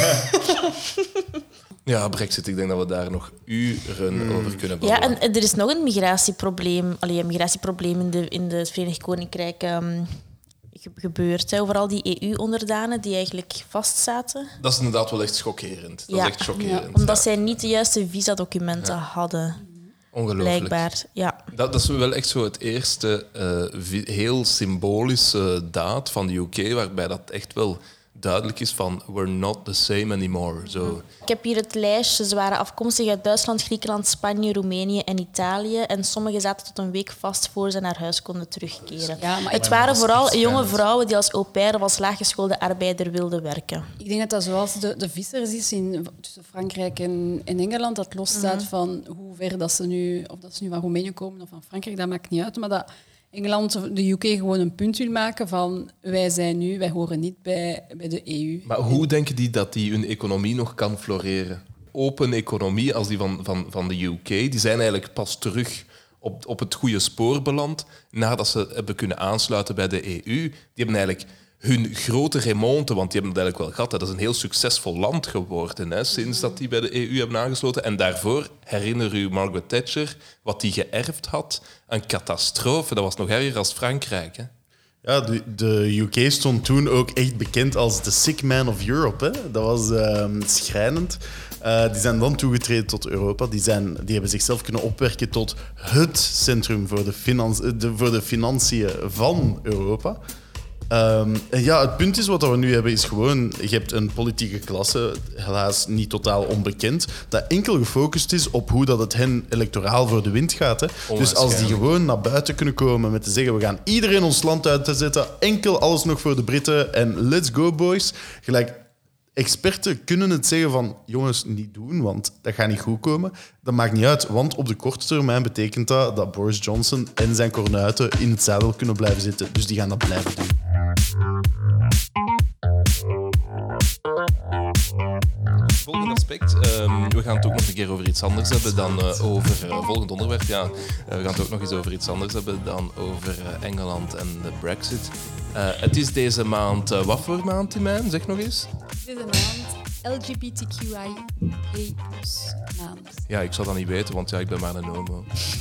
Ja, Brexit, ik denk dat we daar nog uren mm. over kunnen babbelen. Ja, en er is nog een migratieprobleem, allee, een migratieprobleem in, de, in het Verenigd Koninkrijk... Um, gebeurd. Hè. Overal die E U-onderdanen die eigenlijk vastzaten. Dat is inderdaad wel echt schokkerend. Dat ja. is echt schokkerend. Ja, omdat ja. zij niet de juiste visadocumenten ja. hadden. Ongelooflijk. Blijkbaar, ja. Dat, dat is wel echt zo het eerste uh, vi- heel symbolische daad van de U K, waarbij dat echt wel duidelijk is van we're not the same anymore. Zo. Ik heb hier het lijstje. Ze waren afkomstig uit Duitsland, Griekenland, Spanje, Roemenië en Italië. En sommigen zaten tot een week vast voor ze naar huis konden terugkeren. Ja, maar het waren vooral jonge vrouwen die als au pair of als laaggeschoolde arbeider wilden werken. Ik denk dat dat zoals de, de vissers is in, tussen Frankrijk en, en Engeland, dat losstaat mm-hmm. van hoe ver dat ze nu, of dat ze nu van Roemenië komen of van Frankrijk, dat maakt niet uit. Maar dat Engeland, de U K, gewoon een punt wil maken van wij zijn nu, wij horen niet bij, bij de E U. Maar hoe denken die dat die hun economie nog kan floreren? Open economie als die van, van, van de U K, die zijn eigenlijk pas terug op, op het goede spoor beland nadat ze hebben kunnen aansluiten bij de E U. Die hebben eigenlijk hun grote remonte, want die hebben het eigenlijk wel gehad. Dat is een heel succesvol land geworden hè, sinds dat die bij de E U hebben aangesloten. En daarvoor, herinner u Margaret Thatcher, wat die geërfd had? Een catastrofe. Dat was nog erger als Frankrijk. Hè? Ja, de, de U K stond toen ook echt bekend als de sick man of Europe. Hè. Dat was uh, schrijnend. Uh, die zijn dan toegetreden tot Europa. Die, zijn, die hebben zichzelf kunnen opwerken tot het centrum voor de, finan- de, voor de financiën van Europa. Um, ja, het punt is wat we nu hebben, is gewoon... Je hebt een politieke klasse, helaas niet totaal onbekend, dat enkel gefocust is op hoe dat het hen electoraal voor de wind gaat. Hè. Dus als die gewoon naar buiten kunnen komen met te zeggen we gaan iedereen ons land uit te zetten, enkel alles nog voor de Britten en let's go boys. Gelijk, experten kunnen het zeggen van jongens, niet doen, want dat gaat niet goed komen. Dat maakt niet uit, want op de korte termijn betekent dat dat Boris Johnson en zijn kornuiten in het zadel kunnen blijven zitten. Dus die gaan dat blijven doen. Volgende aspect. Um, we gaan het ook nog een keer over iets anders hebben dan uh, over... Uh, volgend onderwerp, ja. Uh, we gaan het ook nog eens over iets anders hebben dan over uh, Engeland en de Brexit. Uh, het is deze maand... Uh, wat voor maand, die mijn? Zeg nog eens. Deze maand L G B T Q I A plus maand. Ja, ik zou dat niet weten, want ja, ik ben maar een homo.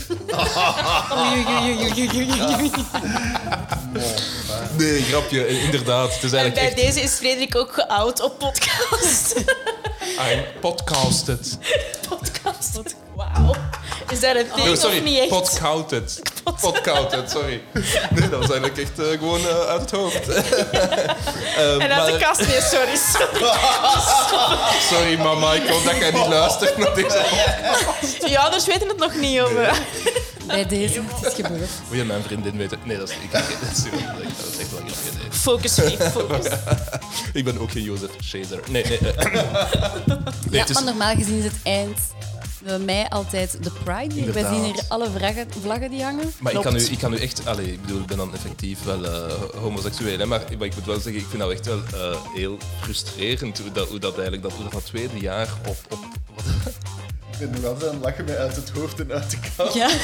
Nee, grapje, inderdaad. Het is eigenlijk en bij echt... deze is Frederik ook geout op podcast. I'm podcasted. Podcasted, wauw. Is dat een ding no, sorry, of niet echt? Podcouted. Podcouted, sorry. Nee, dat was eigenlijk echt uh, gewoon uh, uit het hoofd. um, en uit maar... de kast, nee, sorry. Sorry, sorry mama, ik hoop dat jij niet luistert naar deze podcast. Je ouders weten het nog niet, over. Bij deze, het is gebeurd. Wil je mijn vriendin weten? Nee, dat is, ik, dat is, dat is echt wel grappig. Nee. Focus, Freek, focus. Ik ben ook geen Jozef Chaser. Nee, nee. nee, Ja, het is- maar normaal gezien is het eind bij mij altijd de Pride. Wij Inderdaad. zien hier alle vlaggen, vlaggen die hangen. Maar ik Klopt. kan, u, ik kan u echt... Allez, ik bedoel, ik ben dan effectief wel uh, homoseksueel. Hè, maar, maar ik moet wel zeggen, ik vind dat echt wel uh, heel frustrerend hoe dat, hoe dat eigenlijk... Dat, hoe dat, dat tweede jaar op... op wat, Ik ben nog altijd aan het lachen mij uit het hoofd en uit de kant. Ja.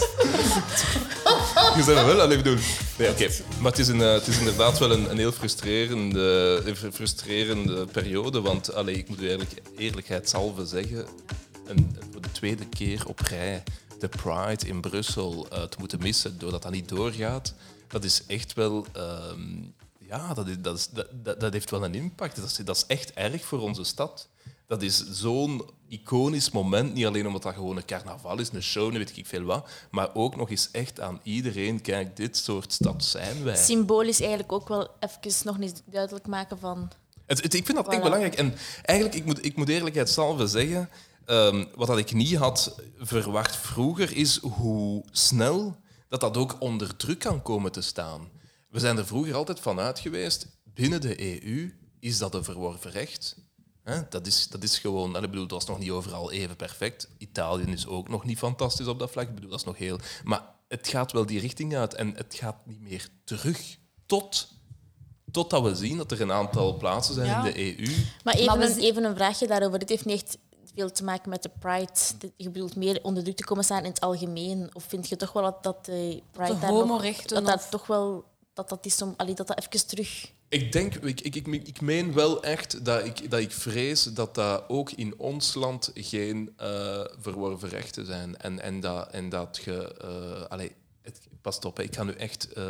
je zei wel, allee, ik bedoel... Nee, oké. Maar het is, een, uh, het is inderdaad wel een, een heel frustrerende, uh, frustrerende periode. Want allee, ik moet u eerlijk, eerlijkheidshalve zeggen... Een, voor de tweede keer op rij de Pride in Brussel uh, te moeten missen doordat dat niet doorgaat, dat is echt wel... Um, ja, dat, is, dat, is, dat, dat heeft wel een impact. Dat is, dat is echt erg voor onze stad. Dat is zo'n iconisch moment, niet alleen omdat dat gewoon een carnaval is, een show, weet ik veel wat, maar ook nog eens echt aan iedereen, kijk, dit soort stad zijn wij. Symbolisch eigenlijk ook wel even nog eens duidelijk maken van... Het, het, ik vind dat echt Voilà. belangrijk. En eigenlijk, ik moet, ik moet eerlijkheidshalve zeggen, um, wat dat ik niet had verwacht vroeger, is hoe snel dat dat ook onder druk kan komen te staan. We zijn er vroeger altijd vanuit geweest, binnen de E U is dat een verworven recht. Hè? Dat, is, dat is gewoon... Ik bedoel, dat was nog niet overal even perfect. Italië is ook nog niet fantastisch op dat vlak. Ik bedoel, dat is nog heel... Maar het gaat wel die richting uit en het gaat niet meer terug tot... Totdat we zien dat er een aantal plaatsen zijn Ja. in de E U. Maar even, Maar we een, zi- even een vraagje daarover. Dit heeft niet echt veel te maken met de Pride. Dit- Je bedoelt meer onder druk te komen staan in het algemeen. Of vind je toch wel dat, dat de Pride De daar nog... homorechten Dat dat of- toch wel... Dat dat is om... Allee, dat dat even terug... Ik denk, ik, ik, ik, ik meen wel echt dat ik, dat ik vrees dat dat ook in ons land geen uh, verworven rechten zijn. En, en, dat, en dat je... Uh, allee, het, pas op, hè. Ik ga nu echt uh,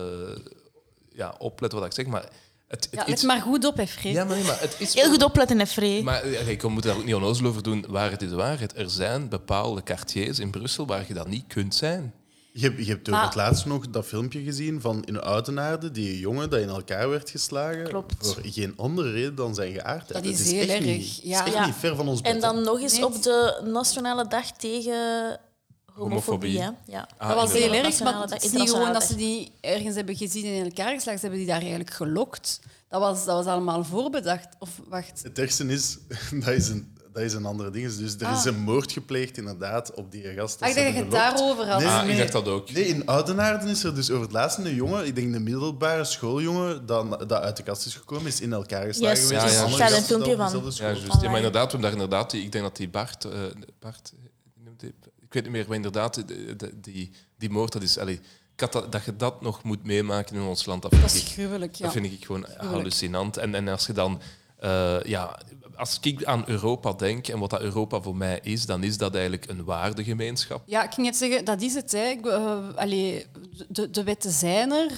ja, opletten wat ik zeg, maar... Het, het Ja, let iets- maar goed op, hè, Freek. Ja, maar, nee, maar het is Heel wel- goed opletten, hè, Free. Maar ja, je moet daar ook niet onnozel over doen. Waarheid is de waarheid. Er zijn bepaalde quartiers in Brussel waar je dat niet kunt zijn. Je, hebt- je hebt door Maar- het laatst nog dat filmpje gezien van in Oudenaarde, die jongen dat in elkaar werd geslagen. Klopt. Voor geen andere reden dan zijn geaardheid. Dat is Het heel echt erg, Niet, ja. Het is echt Ja. niet ver van ons bed. En dan nog eens Nee. op de Nationale Dag tegen homofobie. Homofobie. Hè? Ja. Ah, Dat was heel inderdaad. erg, maar Nationale het dag, is niet gewoon dat ze internationale die ergens hebben gezien en in elkaar geslagen. Ze hebben die daar eigenlijk gelokt. Dat was, dat was allemaal voorbedacht. Of wacht, Het ergste is, dat is een, dat is een andere ding. Dus er is Ah. een moord gepleegd inderdaad op die gast. Ah, ik dacht dat ze je hebben het gelokt. daarover had. Nee, Ah, nee, ik nee. dacht dat ook. Nee, in Oudenaarde is er dus over het laatste een jongen, ik denk een middelbare schooljongen, dat, dat uit de kast is gekomen, is in elkaar geslagen Yes, geweest. ja, Een ja. andere Er staat een gast filmpje op van. dezelfde Ja, school. juist. Ja, maar inderdaad, we hebben daar inderdaad die, ik denk dat die Bart, uh, Bart hoe noemt die? Ik weet niet meer, maar inderdaad, die, die, die, die moord, dat is... Allee, ik had dat, dat je dat nog moet meemaken in ons land, dat vind, Dat is ik, gruwelijk, ja. dat vind ik gewoon hallucinant. En, en als je dan... Uh, ja, als ik aan Europa denk en wat dat Europa voor mij is, dan is dat eigenlijk een waardegemeenschap. Ja, ik ging net zeggen, dat is het. Hè. Ik, uh, allee, de, de wetten zijn er.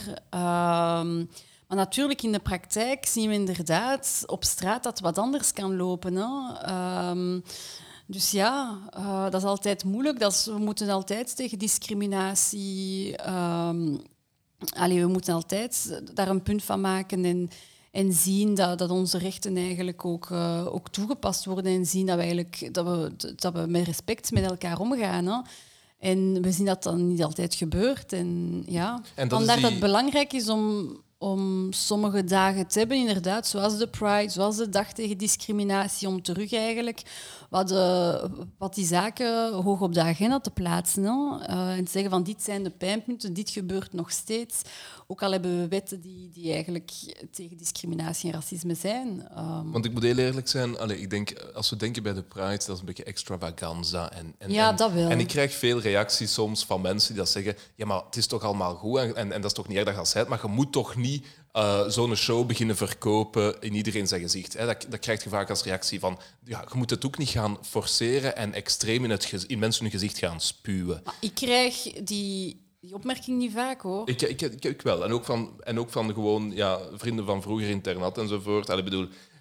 Ehm, maar natuurlijk, in de praktijk zien we inderdaad op straat dat het wat anders kan lopen. Hè. Ehm, dus ja, uh, dat is altijd moeilijk. Dat is, we moeten altijd tegen discriminatie... ehm, allee, we moeten altijd daar een punt van maken en, en zien dat, dat onze rechten eigenlijk ook, uh, ook toegepast worden en zien dat we, eigenlijk, dat we, dat we met respect met elkaar omgaan. Hè. En we zien dat dat niet altijd gebeurt. En, ja. En dat is Vandaar die- dat het belangrijk is om, om sommige dagen te hebben, inderdaad, zoals de Pride, zoals de Dag tegen Discriminatie, om terug eigenlijk wat, de, wat die zaken hoog op de agenda te plaatsen. Hè. Uh, en te zeggen van dit zijn de pijnpunten, dit gebeurt nog steeds. Ook al hebben we wetten die, die eigenlijk tegen discriminatie en racisme zijn. Um, Want ik moet heel eerlijk zijn, allee, ik denk, als we denken bij de Pride, dat is een beetje extravaganza. En, en, Ja, en, dat wel. En ik krijg veel reacties soms van mensen die dat zeggen, ja, maar het is toch allemaal goed en, en, en dat is toch niet erg dat je dat zei, maar je moet toch niet uh, zo'n show beginnen verkopen in iedereen zijn gezicht. Hè. Dat, dat krijg je vaak als reactie van, ja, je moet het ook niet gaan forceren en extreem in, het gez- in mensen hun gezicht gaan spuwen. maar ik krijg die, die opmerking niet vaak, hoor. Ik, ik, ik, ik wel. En ook van, en ook van gewoon ja, vrienden van vroeger internat enzovoort. Allee, bedoel,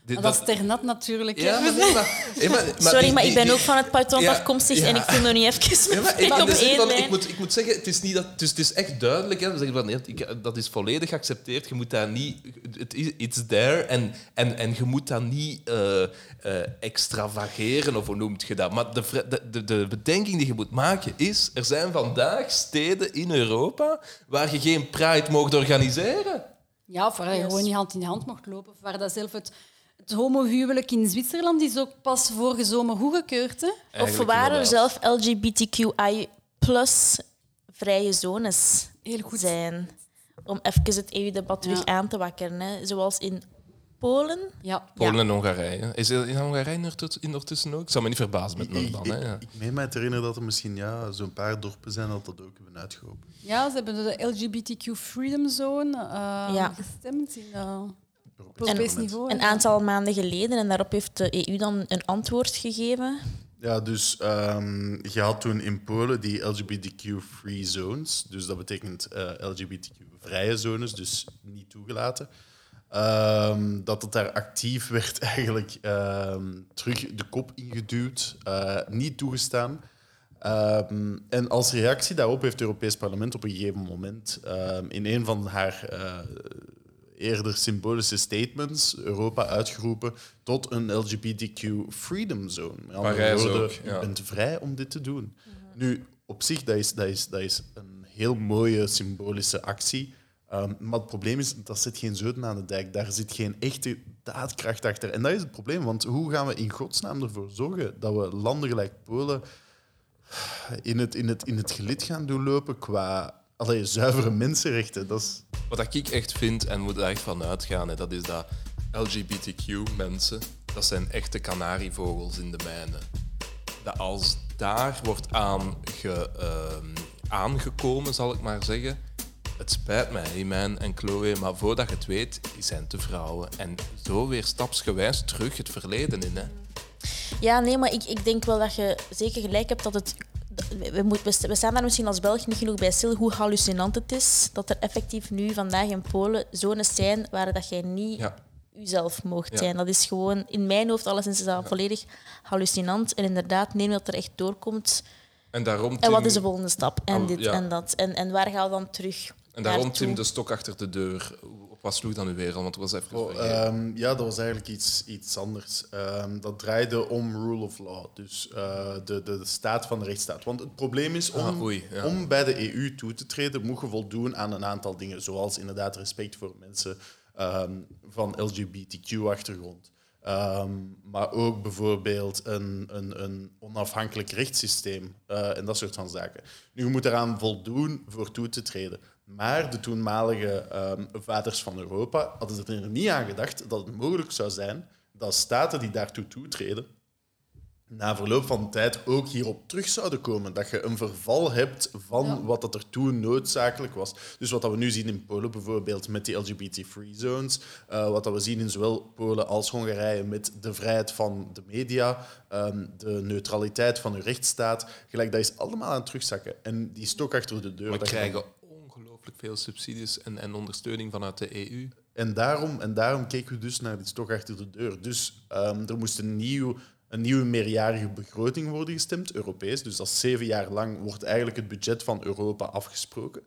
Dit, dat is ter nat natuurlijk. Ja, hè. maar, nee, maar, hey, maar, maar Sorry, die- maar ik die- ben ook van het Python Ja, afkomstig ja. en ik wil nog niet even Ja, maar spreken in op de zin één van, lijn. ik, moet, ik moet zeggen, het is, niet dat, het is, het is echt duidelijk. Hè. We zeggen van, nee, ik, dat is volledig geaccepteerd. Je moet daar niet... Het is it's there. En, en, en je moet dat niet uh, uh, extravageren, of hoe noemt je dat? Maar de, vre- de, de, de bedenking die je moet maken is... Er zijn vandaag steden in Europa waar je geen Pride mag organiseren. Ja, of waar je gewoon niet hand in hand mocht lopen. Of waar dat zelf het, het homohuwelijk in Zwitserland is ook pas vorige zomer goedgekeurd. Hè? Of Eigenlijk waar er inderdaad. zelf L G B T Q I plus vrije zones Heel goed. zijn. Om even het E U-debat terug Ja. aan te wakkeren. Hè. Zoals in Polen. Ja. Polen Ja. en Hongarije. Is er in Hongarije indertu- intussen ook? Ik zou me niet verbazen met Ik, nog ik, dan. Hè, ja. ik meen mij te herinneren dat er misschien ja, zo'n paar dorpen zijn dat dat ook hebben uitgehopen. Ja, ze hebben de L G B T Q Freedom Zone uh, Ja. gestemd in, uh, op En- Europees niveau. Een hè. aantal maanden geleden. En daarop heeft de E U dan een antwoord gegeven. Ja, dus ehm, je had toen in Polen die L G B T Q-free zones. Dus dat betekent eh, L G B T Q-vrije zones, dus niet toegelaten. Ehm, dat het daar actief werd eigenlijk ehm, terug de kop ingeduwd, eh, niet toegestaan. Ehm, en als reactie daarop heeft het Europees Parlement op een gegeven moment ehm, in een van haar eh, eerder symbolische statements Europa uitgeroepen tot een L G B T Q freedom zone. Met andere Parijs woorden, ook, ja. Je bent vrij om dit te doen. Nu, op zich, dat is, dat is, dat is een heel mooie symbolische actie. Um, maar het probleem is, dat zit geen zoden aan de dijk. Daar zit geen echte daadkracht achter. En dat is het probleem, want hoe gaan we in godsnaam ervoor zorgen dat we landen gelijk Polen in het, in het, in het gelid gaan doen lopen qua allee, zuivere mensenrechten? Dat is... Wat ik echt vind, en moet er echt van uitgaan, hè, dat is dat L G B T Q-mensen, dat zijn echte kanarievogels in de mijnen. Dat als daar wordt aan ge, uh, aangekomen, zal ik maar zeggen, het spijt mij, Iman en Chloe, maar voordat je het weet, die zijn te vrouwen. En zo weer stapsgewijs terug het verleden in. Hè. Ja, nee, maar ik, ik denk wel dat je zeker gelijk hebt dat het... We, moet, we staan daar misschien als Belg niet genoeg bij stil hoe hallucinant het is dat er effectief nu vandaag in Polen zones zijn waar dat jij niet Ja. jezelf mocht Ja. zijn. Dat is gewoon, in mijn hoofd alleszins is dat volledig hallucinant. En inderdaad, neem dat er echt doorkomt. En daarom, En Tim, wat is de volgende stap? En Oh, dit ja. en dat. En, en waar gaan we dan terug? en daarom naartoe? Tim, de stok achter de deur. Op wat sloeg dan nu weer al? Want het was even Oh, vergeten. ehm, ja, dat was eigenlijk iets, iets anders. Ehm, dat draaide om rule of law, dus eh, de, de, de staat van de rechtsstaat. Want het probleem is, om, Ah, oei, ja. om bij de E U toe te treden, moet je voldoen aan een aantal dingen, zoals inderdaad respect voor mensen ehm, van L G B T Q-achtergrond. Ehm, maar ook bijvoorbeeld een, een, een onafhankelijk rechtssysteem eh, en dat soort van zaken. Nu, je moet eraan voldoen voor toe te treden. Maar de toenmalige ehm, vaders van Europa hadden er niet aan gedacht dat het mogelijk zou zijn dat staten die daartoe toetreden, na verloop van tijd ook hierop terug zouden komen. Dat je een verval hebt van Ja. wat dat er toen noodzakelijk was. Dus wat dat we nu zien in Polen bijvoorbeeld met die L G B T-free zones, uh, wat dat we zien in zowel Polen als Hongarije met de vrijheid van de media, um, de neutraliteit van uw rechtsstaat, gelijk, dat is allemaal aan het terugzakken. En die stok achter de deur... We dat je krijgen ongelooflijk veel subsidies en, en ondersteuning vanuit de E U. En daarom, en daarom keken we dus naar die stok achter de deur. Dus um, er moest een, nieuw, een nieuwe meerjarige begroting worden gestemd, Europees. Dus dat is zeven jaar lang wordt eigenlijk het budget van Europa afgesproken.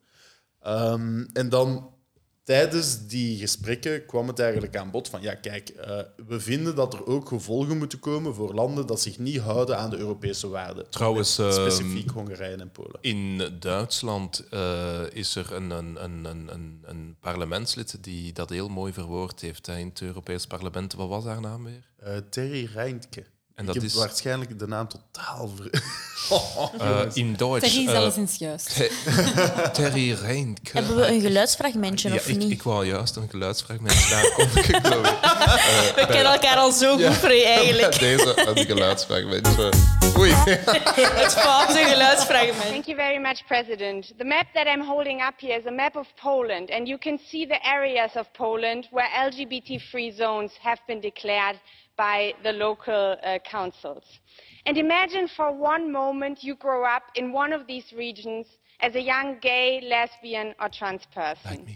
Um, en dan tijdens die gesprekken kwam het eigenlijk aan bod van ja, kijk, uh, we vinden dat er ook gevolgen moeten komen voor landen dat zich niet houden aan de Europese waarden. Trouwens, Met uh, specifiek Hongarije en Polen. In Duitsland uh, is er een, een, een, een, een parlementslid die dat heel mooi verwoord heeft hè, in het Europees Parlement. Wat was haar naam weer? Uh, Terry Reintke. En ik dat heb is waarschijnlijk de naam totaal ver... uh, in Duits. Terry is uh, alleszins juist. Te- Terry Reintke. Hebben we een geluidsfragmentje Ja, of ik, niet? ik wou juist een geluidsfragment. Daar kom ik geloof ik. We uh, kennen elkaar al zo goed, Free, eigenlijk. Deze een geluidsfragment. Oei. Het foute geluidsfragment. Thank you very much, President. The map that I'm holding up here is a map of Poland, and you can see the areas of Poland where L G B T-free zones have been declared by the local uh, councils. And imagine for one moment you grow up in one of these regions as a young gay, lesbian or trans person. Like me.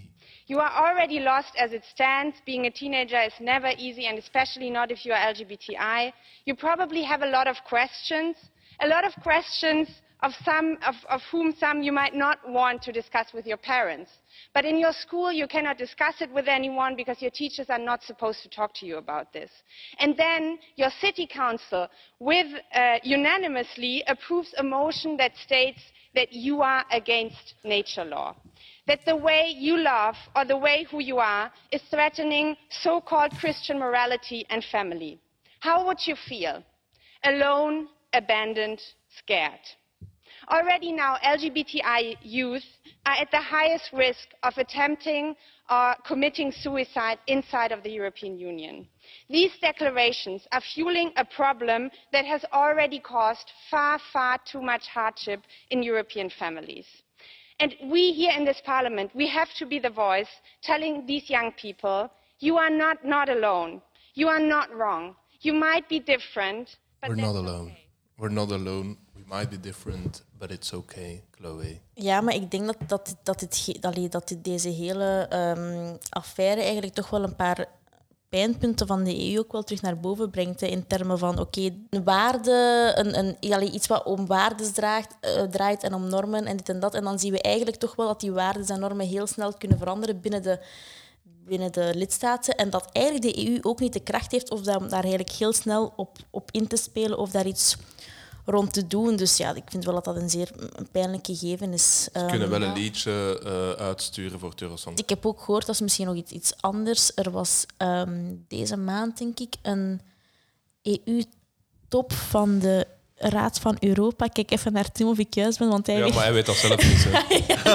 You are already lost as it stands. Being a teenager is never easy, and especially not if you are L G B T I. You probably have a lot of questions, a lot of questions of, some, of, of whom some you might not want to discuss with your parents. But in your school, you cannot discuss it with anyone because your teachers are not supposed to talk to you about this. And then your city council with, uh, unanimously approves a motion that states that you are against nature law. That the way you love or the way who you are is threatening so-called Christian morality and family. How would you feel? Alone, abandoned, scared. Already now, L G B T I youth are at the highest risk of attempting or committing suicide inside of the European Union. These declarations are fueling a problem that has already caused far, far too much hardship in European families. And we here in this parliament, we have to be the voice telling these young people, you are not, not alone. You are not wrong. You might be different, but We're that's not alone. okay. We're not alone. We might be different, but it's okay, Chloe. Ja, maar ik denk dat, dat, dat, dit, ge- allee, dat dit, deze hele um, affaire eigenlijk toch wel een paar pijnpunten van de E U ook wel terug naar boven brengt. Hè, in termen van, oké, okay, een waarde, een, een, allee, iets wat om waardes draagt, uh, draait en om normen en dit en dat. En dan zien we eigenlijk toch wel dat die waarden en normen heel snel kunnen veranderen binnen de, binnen de lidstaten. En dat eigenlijk de E U ook niet de kracht heeft of daar eigenlijk heel snel op, op in te spelen of daar iets rond te doen. Dus ja, ik vind wel dat dat een zeer een pijnlijk gegeven is. Ze kunnen wel Um, een liedje uh, uitsturen voor het Eurosong. Ik heb ook gehoord, dat is misschien nog iets, iets anders. Er was um, deze maand, denk ik, een E U-top van de Raad van Europa. Kijk even naar Tim of ik juist ben, want hij Ja, weet... maar hij weet dat zelf niet. Hè.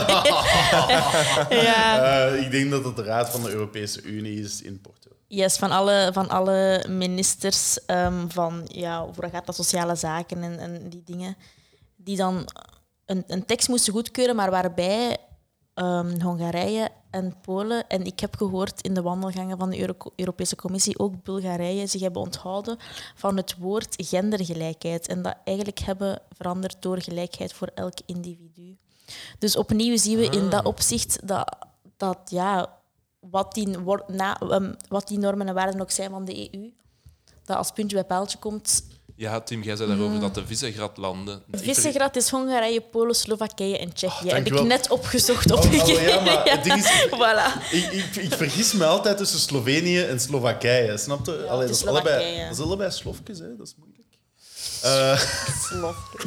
ja. Uh, ik denk dat het de Raad van de Europese Unie is in Porto. Yes, van alle, van alle ministers um, van, ja, hoe gaat dat, sociale zaken en, en die dingen, die dan een, een tekst moesten goedkeuren, maar waarbij um, Hongarije en Polen, en ik heb gehoord in de wandelgangen van de Euro- Europese Commissie, ook Bulgarije, zich hebben onthouden van het woord gendergelijkheid. En dat eigenlijk hebben veranderd door gelijkheid voor elk individu. Dus opnieuw zien we in dat opzicht dat, dat ja... Wat die, wor- na, um, wat die normen en waarden ook zijn van de E U, dat als puntje bij paaltje komt. Ja, Tim, jij zei daarover dat de Visegrad-landen... Visegrad is Hongarije, Polen, Slowakije en Tsjechië. Oh, heb ik wel. net opgezocht op Oh, oh, Wikipedia. ja, maar het ding is... Voilà. Ik, ik, ik vergis me altijd tussen Slovenië en Slowakije. Snap je? Ja, Allee, het dat, is is allebei, Slowakije. dat is allebei slofjes, hè? Dat is moeilijk. Uh, Slofjes.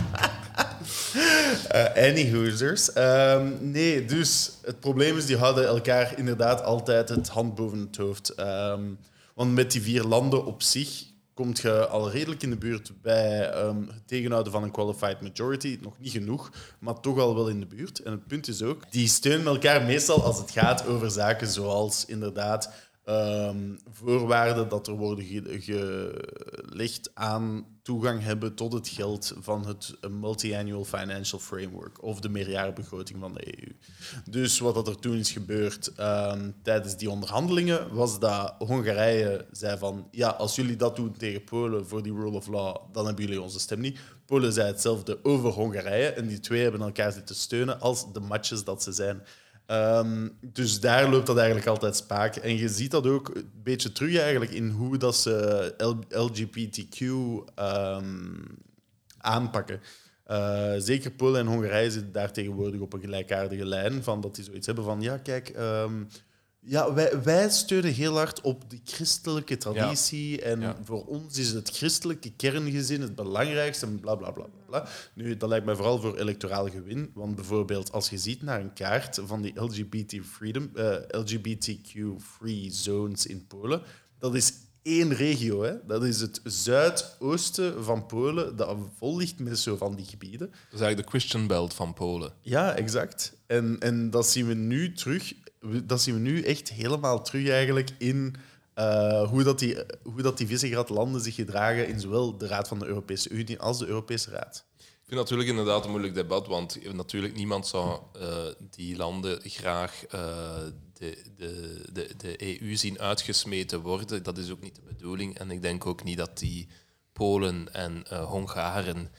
uh, Anyhoozers. Um, nee, dus het probleem is, die houden elkaar inderdaad altijd het hand boven het hoofd. Um, want met die vier landen op zich komt je al redelijk in de buurt bij um, het tegenhouden van een qualified majority. Nog niet genoeg, maar toch al wel in de buurt. En het punt is ook, die steunen elkaar meestal als het gaat over zaken zoals inderdaad um, voorwaarden dat er worden ge- gelegd aan toegang hebben tot het geld van het Multi-Annual Financial Framework of de meerjarenbegroting van de E U. Dus wat dat er toen is gebeurd um, tijdens die onderhandelingen was dat Hongarije zei van ja, als jullie dat doen tegen Polen voor die rule of law, dan hebben jullie onze stem niet. Polen zei hetzelfde over Hongarije en die twee hebben elkaar zitten steunen als de matches dat ze zijn. Um, dus daar loopt dat eigenlijk altijd spaak. En je ziet dat ook een beetje terug eigenlijk in hoe dat ze L G B T Q um, aanpakken. Uh, zeker Polen en Hongarije zitten daar tegenwoordig op een gelijkaardige lijn. Van dat die zoiets hebben van, ja, kijk... Um, ja, wij, wij steunen heel hard op die christelijke traditie. Ja. En ja. voor ons is het christelijke kerngezin het belangrijkste. En bla, bla, bla, bla. Nu, dat lijkt mij vooral voor electoraal gewin. Want bijvoorbeeld, als je ziet naar een kaart van die L G B T freedom, uh, L G B T Q-free zones in Polen, dat is één regio. Hè? Dat is het zuidoosten van Polen, dat vol ligt met zo van die gebieden. Dat is eigenlijk de Christian Belt van Polen. Ja, exact. En, en dat zien we nu terug... Dat zien we nu echt helemaal terug eigenlijk in uh, hoe, dat die, hoe dat die Visegrad-landen zich gedragen in zowel de Raad van de Europese Unie als de Europese Raad. Ik vind natuurlijk inderdaad een moeilijk debat, want natuurlijk niemand zou uh, die landen graag uh, de, de, de, de E U zien uitgesmeten worden. Dat is ook niet de bedoeling. En ik denk ook niet dat die Polen en uh, Hongaren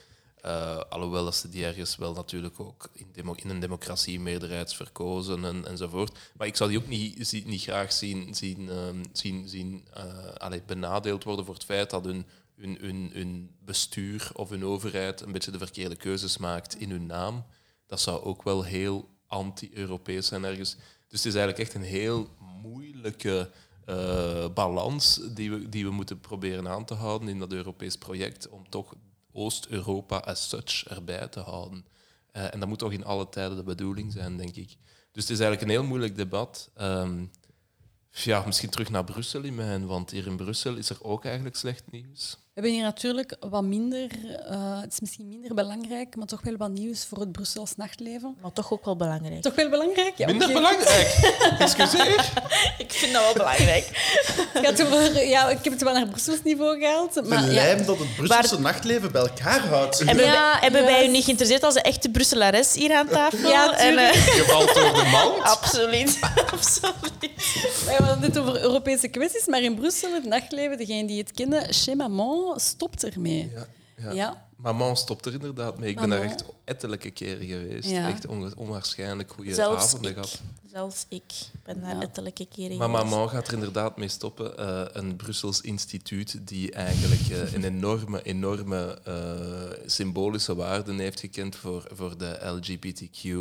Uh, alhoewel dat ze die ergens wel natuurlijk ook in, demo- in een democratie meerderheidsverkozen en, enzovoort. Maar ik zou die ook niet, zie, niet graag zien, zien, um, zien, zien uh, allee, benadeeld worden voor het feit dat hun, hun, hun, hun bestuur of hun overheid een beetje de verkeerde keuzes maakt in hun naam. Dat zou ook wel heel anti-Europees zijn ergens. Dus het is eigenlijk echt een heel moeilijke uh, balans die we, die we moeten proberen aan te houden in dat Europees project om toch Oost-Europa as such erbij te houden. Uh, en dat moet toch in alle tijden de bedoeling zijn, denk ik. Dus het is eigenlijk een heel moeilijk debat. Um, ja, misschien terug naar Brussel in mijn, want hier in Brussel is er ook eigenlijk slecht nieuws. We hebben hier natuurlijk wat minder, uh, het is misschien minder belangrijk, maar toch wel wat nieuws voor het Brussels nachtleven. Maar toch ook wel belangrijk. Toch wel belangrijk? Ja, minder okay. belangrijk? Excuseer. Ik vind dat wel belangrijk. Ik, had over, ja, ik heb het wel naar Brussels niveau gehaald. Het maar, lijm ja. dat het Brusselse maar, nachtleven bij elkaar houdt. Hebben, ja, wij, hebben ja. wij u niet geïnteresseerd als de echte Brusselares hier aan tafel? Ja, en, uh, Je valt door de mand. Absoluut. Absoluut. We hebben het net over Europese kwesties, maar in Brussel, het nachtleven, degenen die het kennen, Chez Maman stopt ermee. Ja, ja. Ja. Maman stopt er inderdaad mee. Ik ben Maman. daar echt ettelijke keren geweest. Ja. Echt on- onwaarschijnlijk goede Zelfs avonden ik. gehad. Zelfs ik ben daar Ja. ettelijke keren Maar geweest. Maman gaat er inderdaad mee stoppen. Uh, een Brussels instituut die eigenlijk uh, een enorme, enorme uh, symbolische waarde heeft gekend voor, voor de L G B T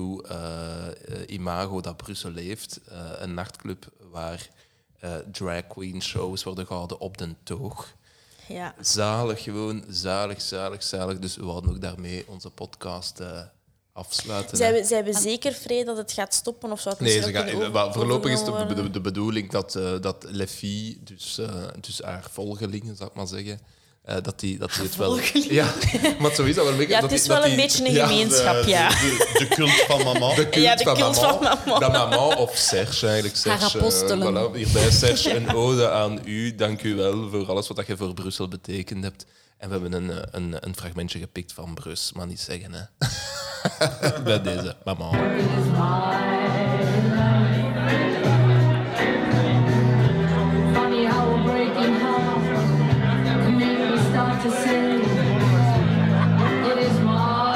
Q-imago uh, uh, dat Brussel heeft. Uh, een nachtclub waar uh, drag queen shows worden gehouden op den toog. Ja. Zalig, gewoon zalig, zalig, zalig. Dus we hadden ook daarmee onze podcast uh, afsluiten. Zij hebben, zij hebben zeker vrij dat het gaat stoppen of zou het Nee, misschien ze ook gaan, kunnen wel, over- voorlopig is het de, overgenomen de, de bedoeling dat, uh, dat Les Filles, dus, uh, dus haar volgelingen, zou ik maar zeggen, uh, dat die, dat die het wel... Ja, maar zo is dat wel een beetje... Ja, dat het is die, wel dat een die- beetje een ja, gemeenschap, de, ja. De, de, de cult van Maman. De cult, Ja, de van, cult maman, van Maman. Dat Maman of Serge eigenlijk. Serge, Haar apostelen. Uh, voilà, hierbij Serge, een ode aan u. Dank u wel voor alles wat je voor Brussel betekend hebt. En we hebben een, een, een fragmentje gepikt van Brus, maar niet zeggen, hè. Bij deze, Maman. Funny how a breaking heart can make me start to sing. It is my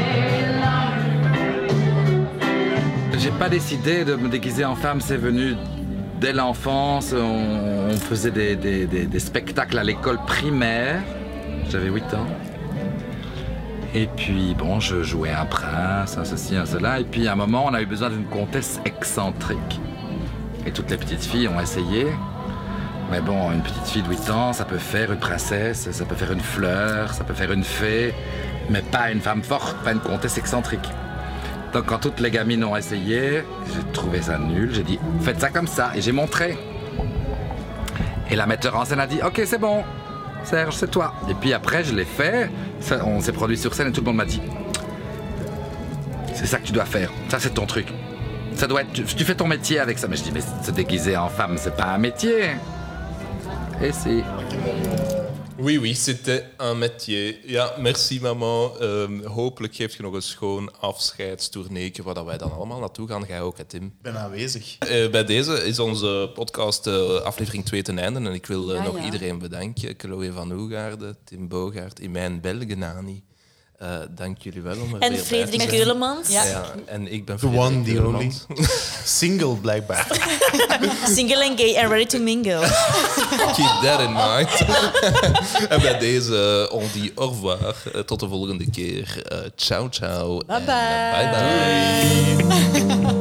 life. J'ai pas décidé de me déguiser en femme, c'est venu dès l'enfance. On, on faisait des, des, des, des spectacles à l'école primaire. J'avais huit ans. Et puis, bon, je jouais un prince, un ceci, un cela. Et puis, à un moment, on a eu besoin d'une comtesse excentrique. Et toutes les petites filles ont essayé. Mais bon, une petite fille de huit ans, ça peut faire une princesse, ça peut faire une fleur, ça peut faire une fée, mais pas une femme forte, pas une comtesse excentrique. Donc, quand toutes les gamines ont essayé, j'ai trouvé ça nul. J'ai dit, faites ça comme ça. Et j'ai montré. Et la metteur en scène a dit, OK, c'est bon. Serge, c'est toi. Et puis après, je l'ai fait. Ça, on s'est produit sur scène et tout le monde m'a dit, c'est ça que tu dois faire. Ça, c'est ton truc. Ça doit être, tu, tu fais ton métier avec ça. Mais je dis, mais se déguiser en femme, c'est pas un métier. Et si. Oui, oui, c'était un métier. Ja, merci maman. Um, hopelijk geeft je nog een schoon afscheidstourneetje waar dat wij dan allemaal naartoe gaan. Jij ook, hè, Tim? Ik ben aanwezig. Uh, bij deze is onze podcast uh, aflevering twee ten einde. En ik wil uh, Ja, nog ja. iedereen bedanken. Chloe van Oegaarde, Tim Bogaert, Imijn Belgenani. Uh, dank jullie wel om er En weer bij Frederik te zijn. Keulemans. Ja. Ja, en ik ben The Frederik one, the Keulemans. only. Single, blijkbaar. Single and gay and ready to mingle. Keep that in mind. En bij deze, on dit au revoir. Uh, tot de volgende keer. Uh, ciao, ciao. Bye En, bye. uh, bye, bye.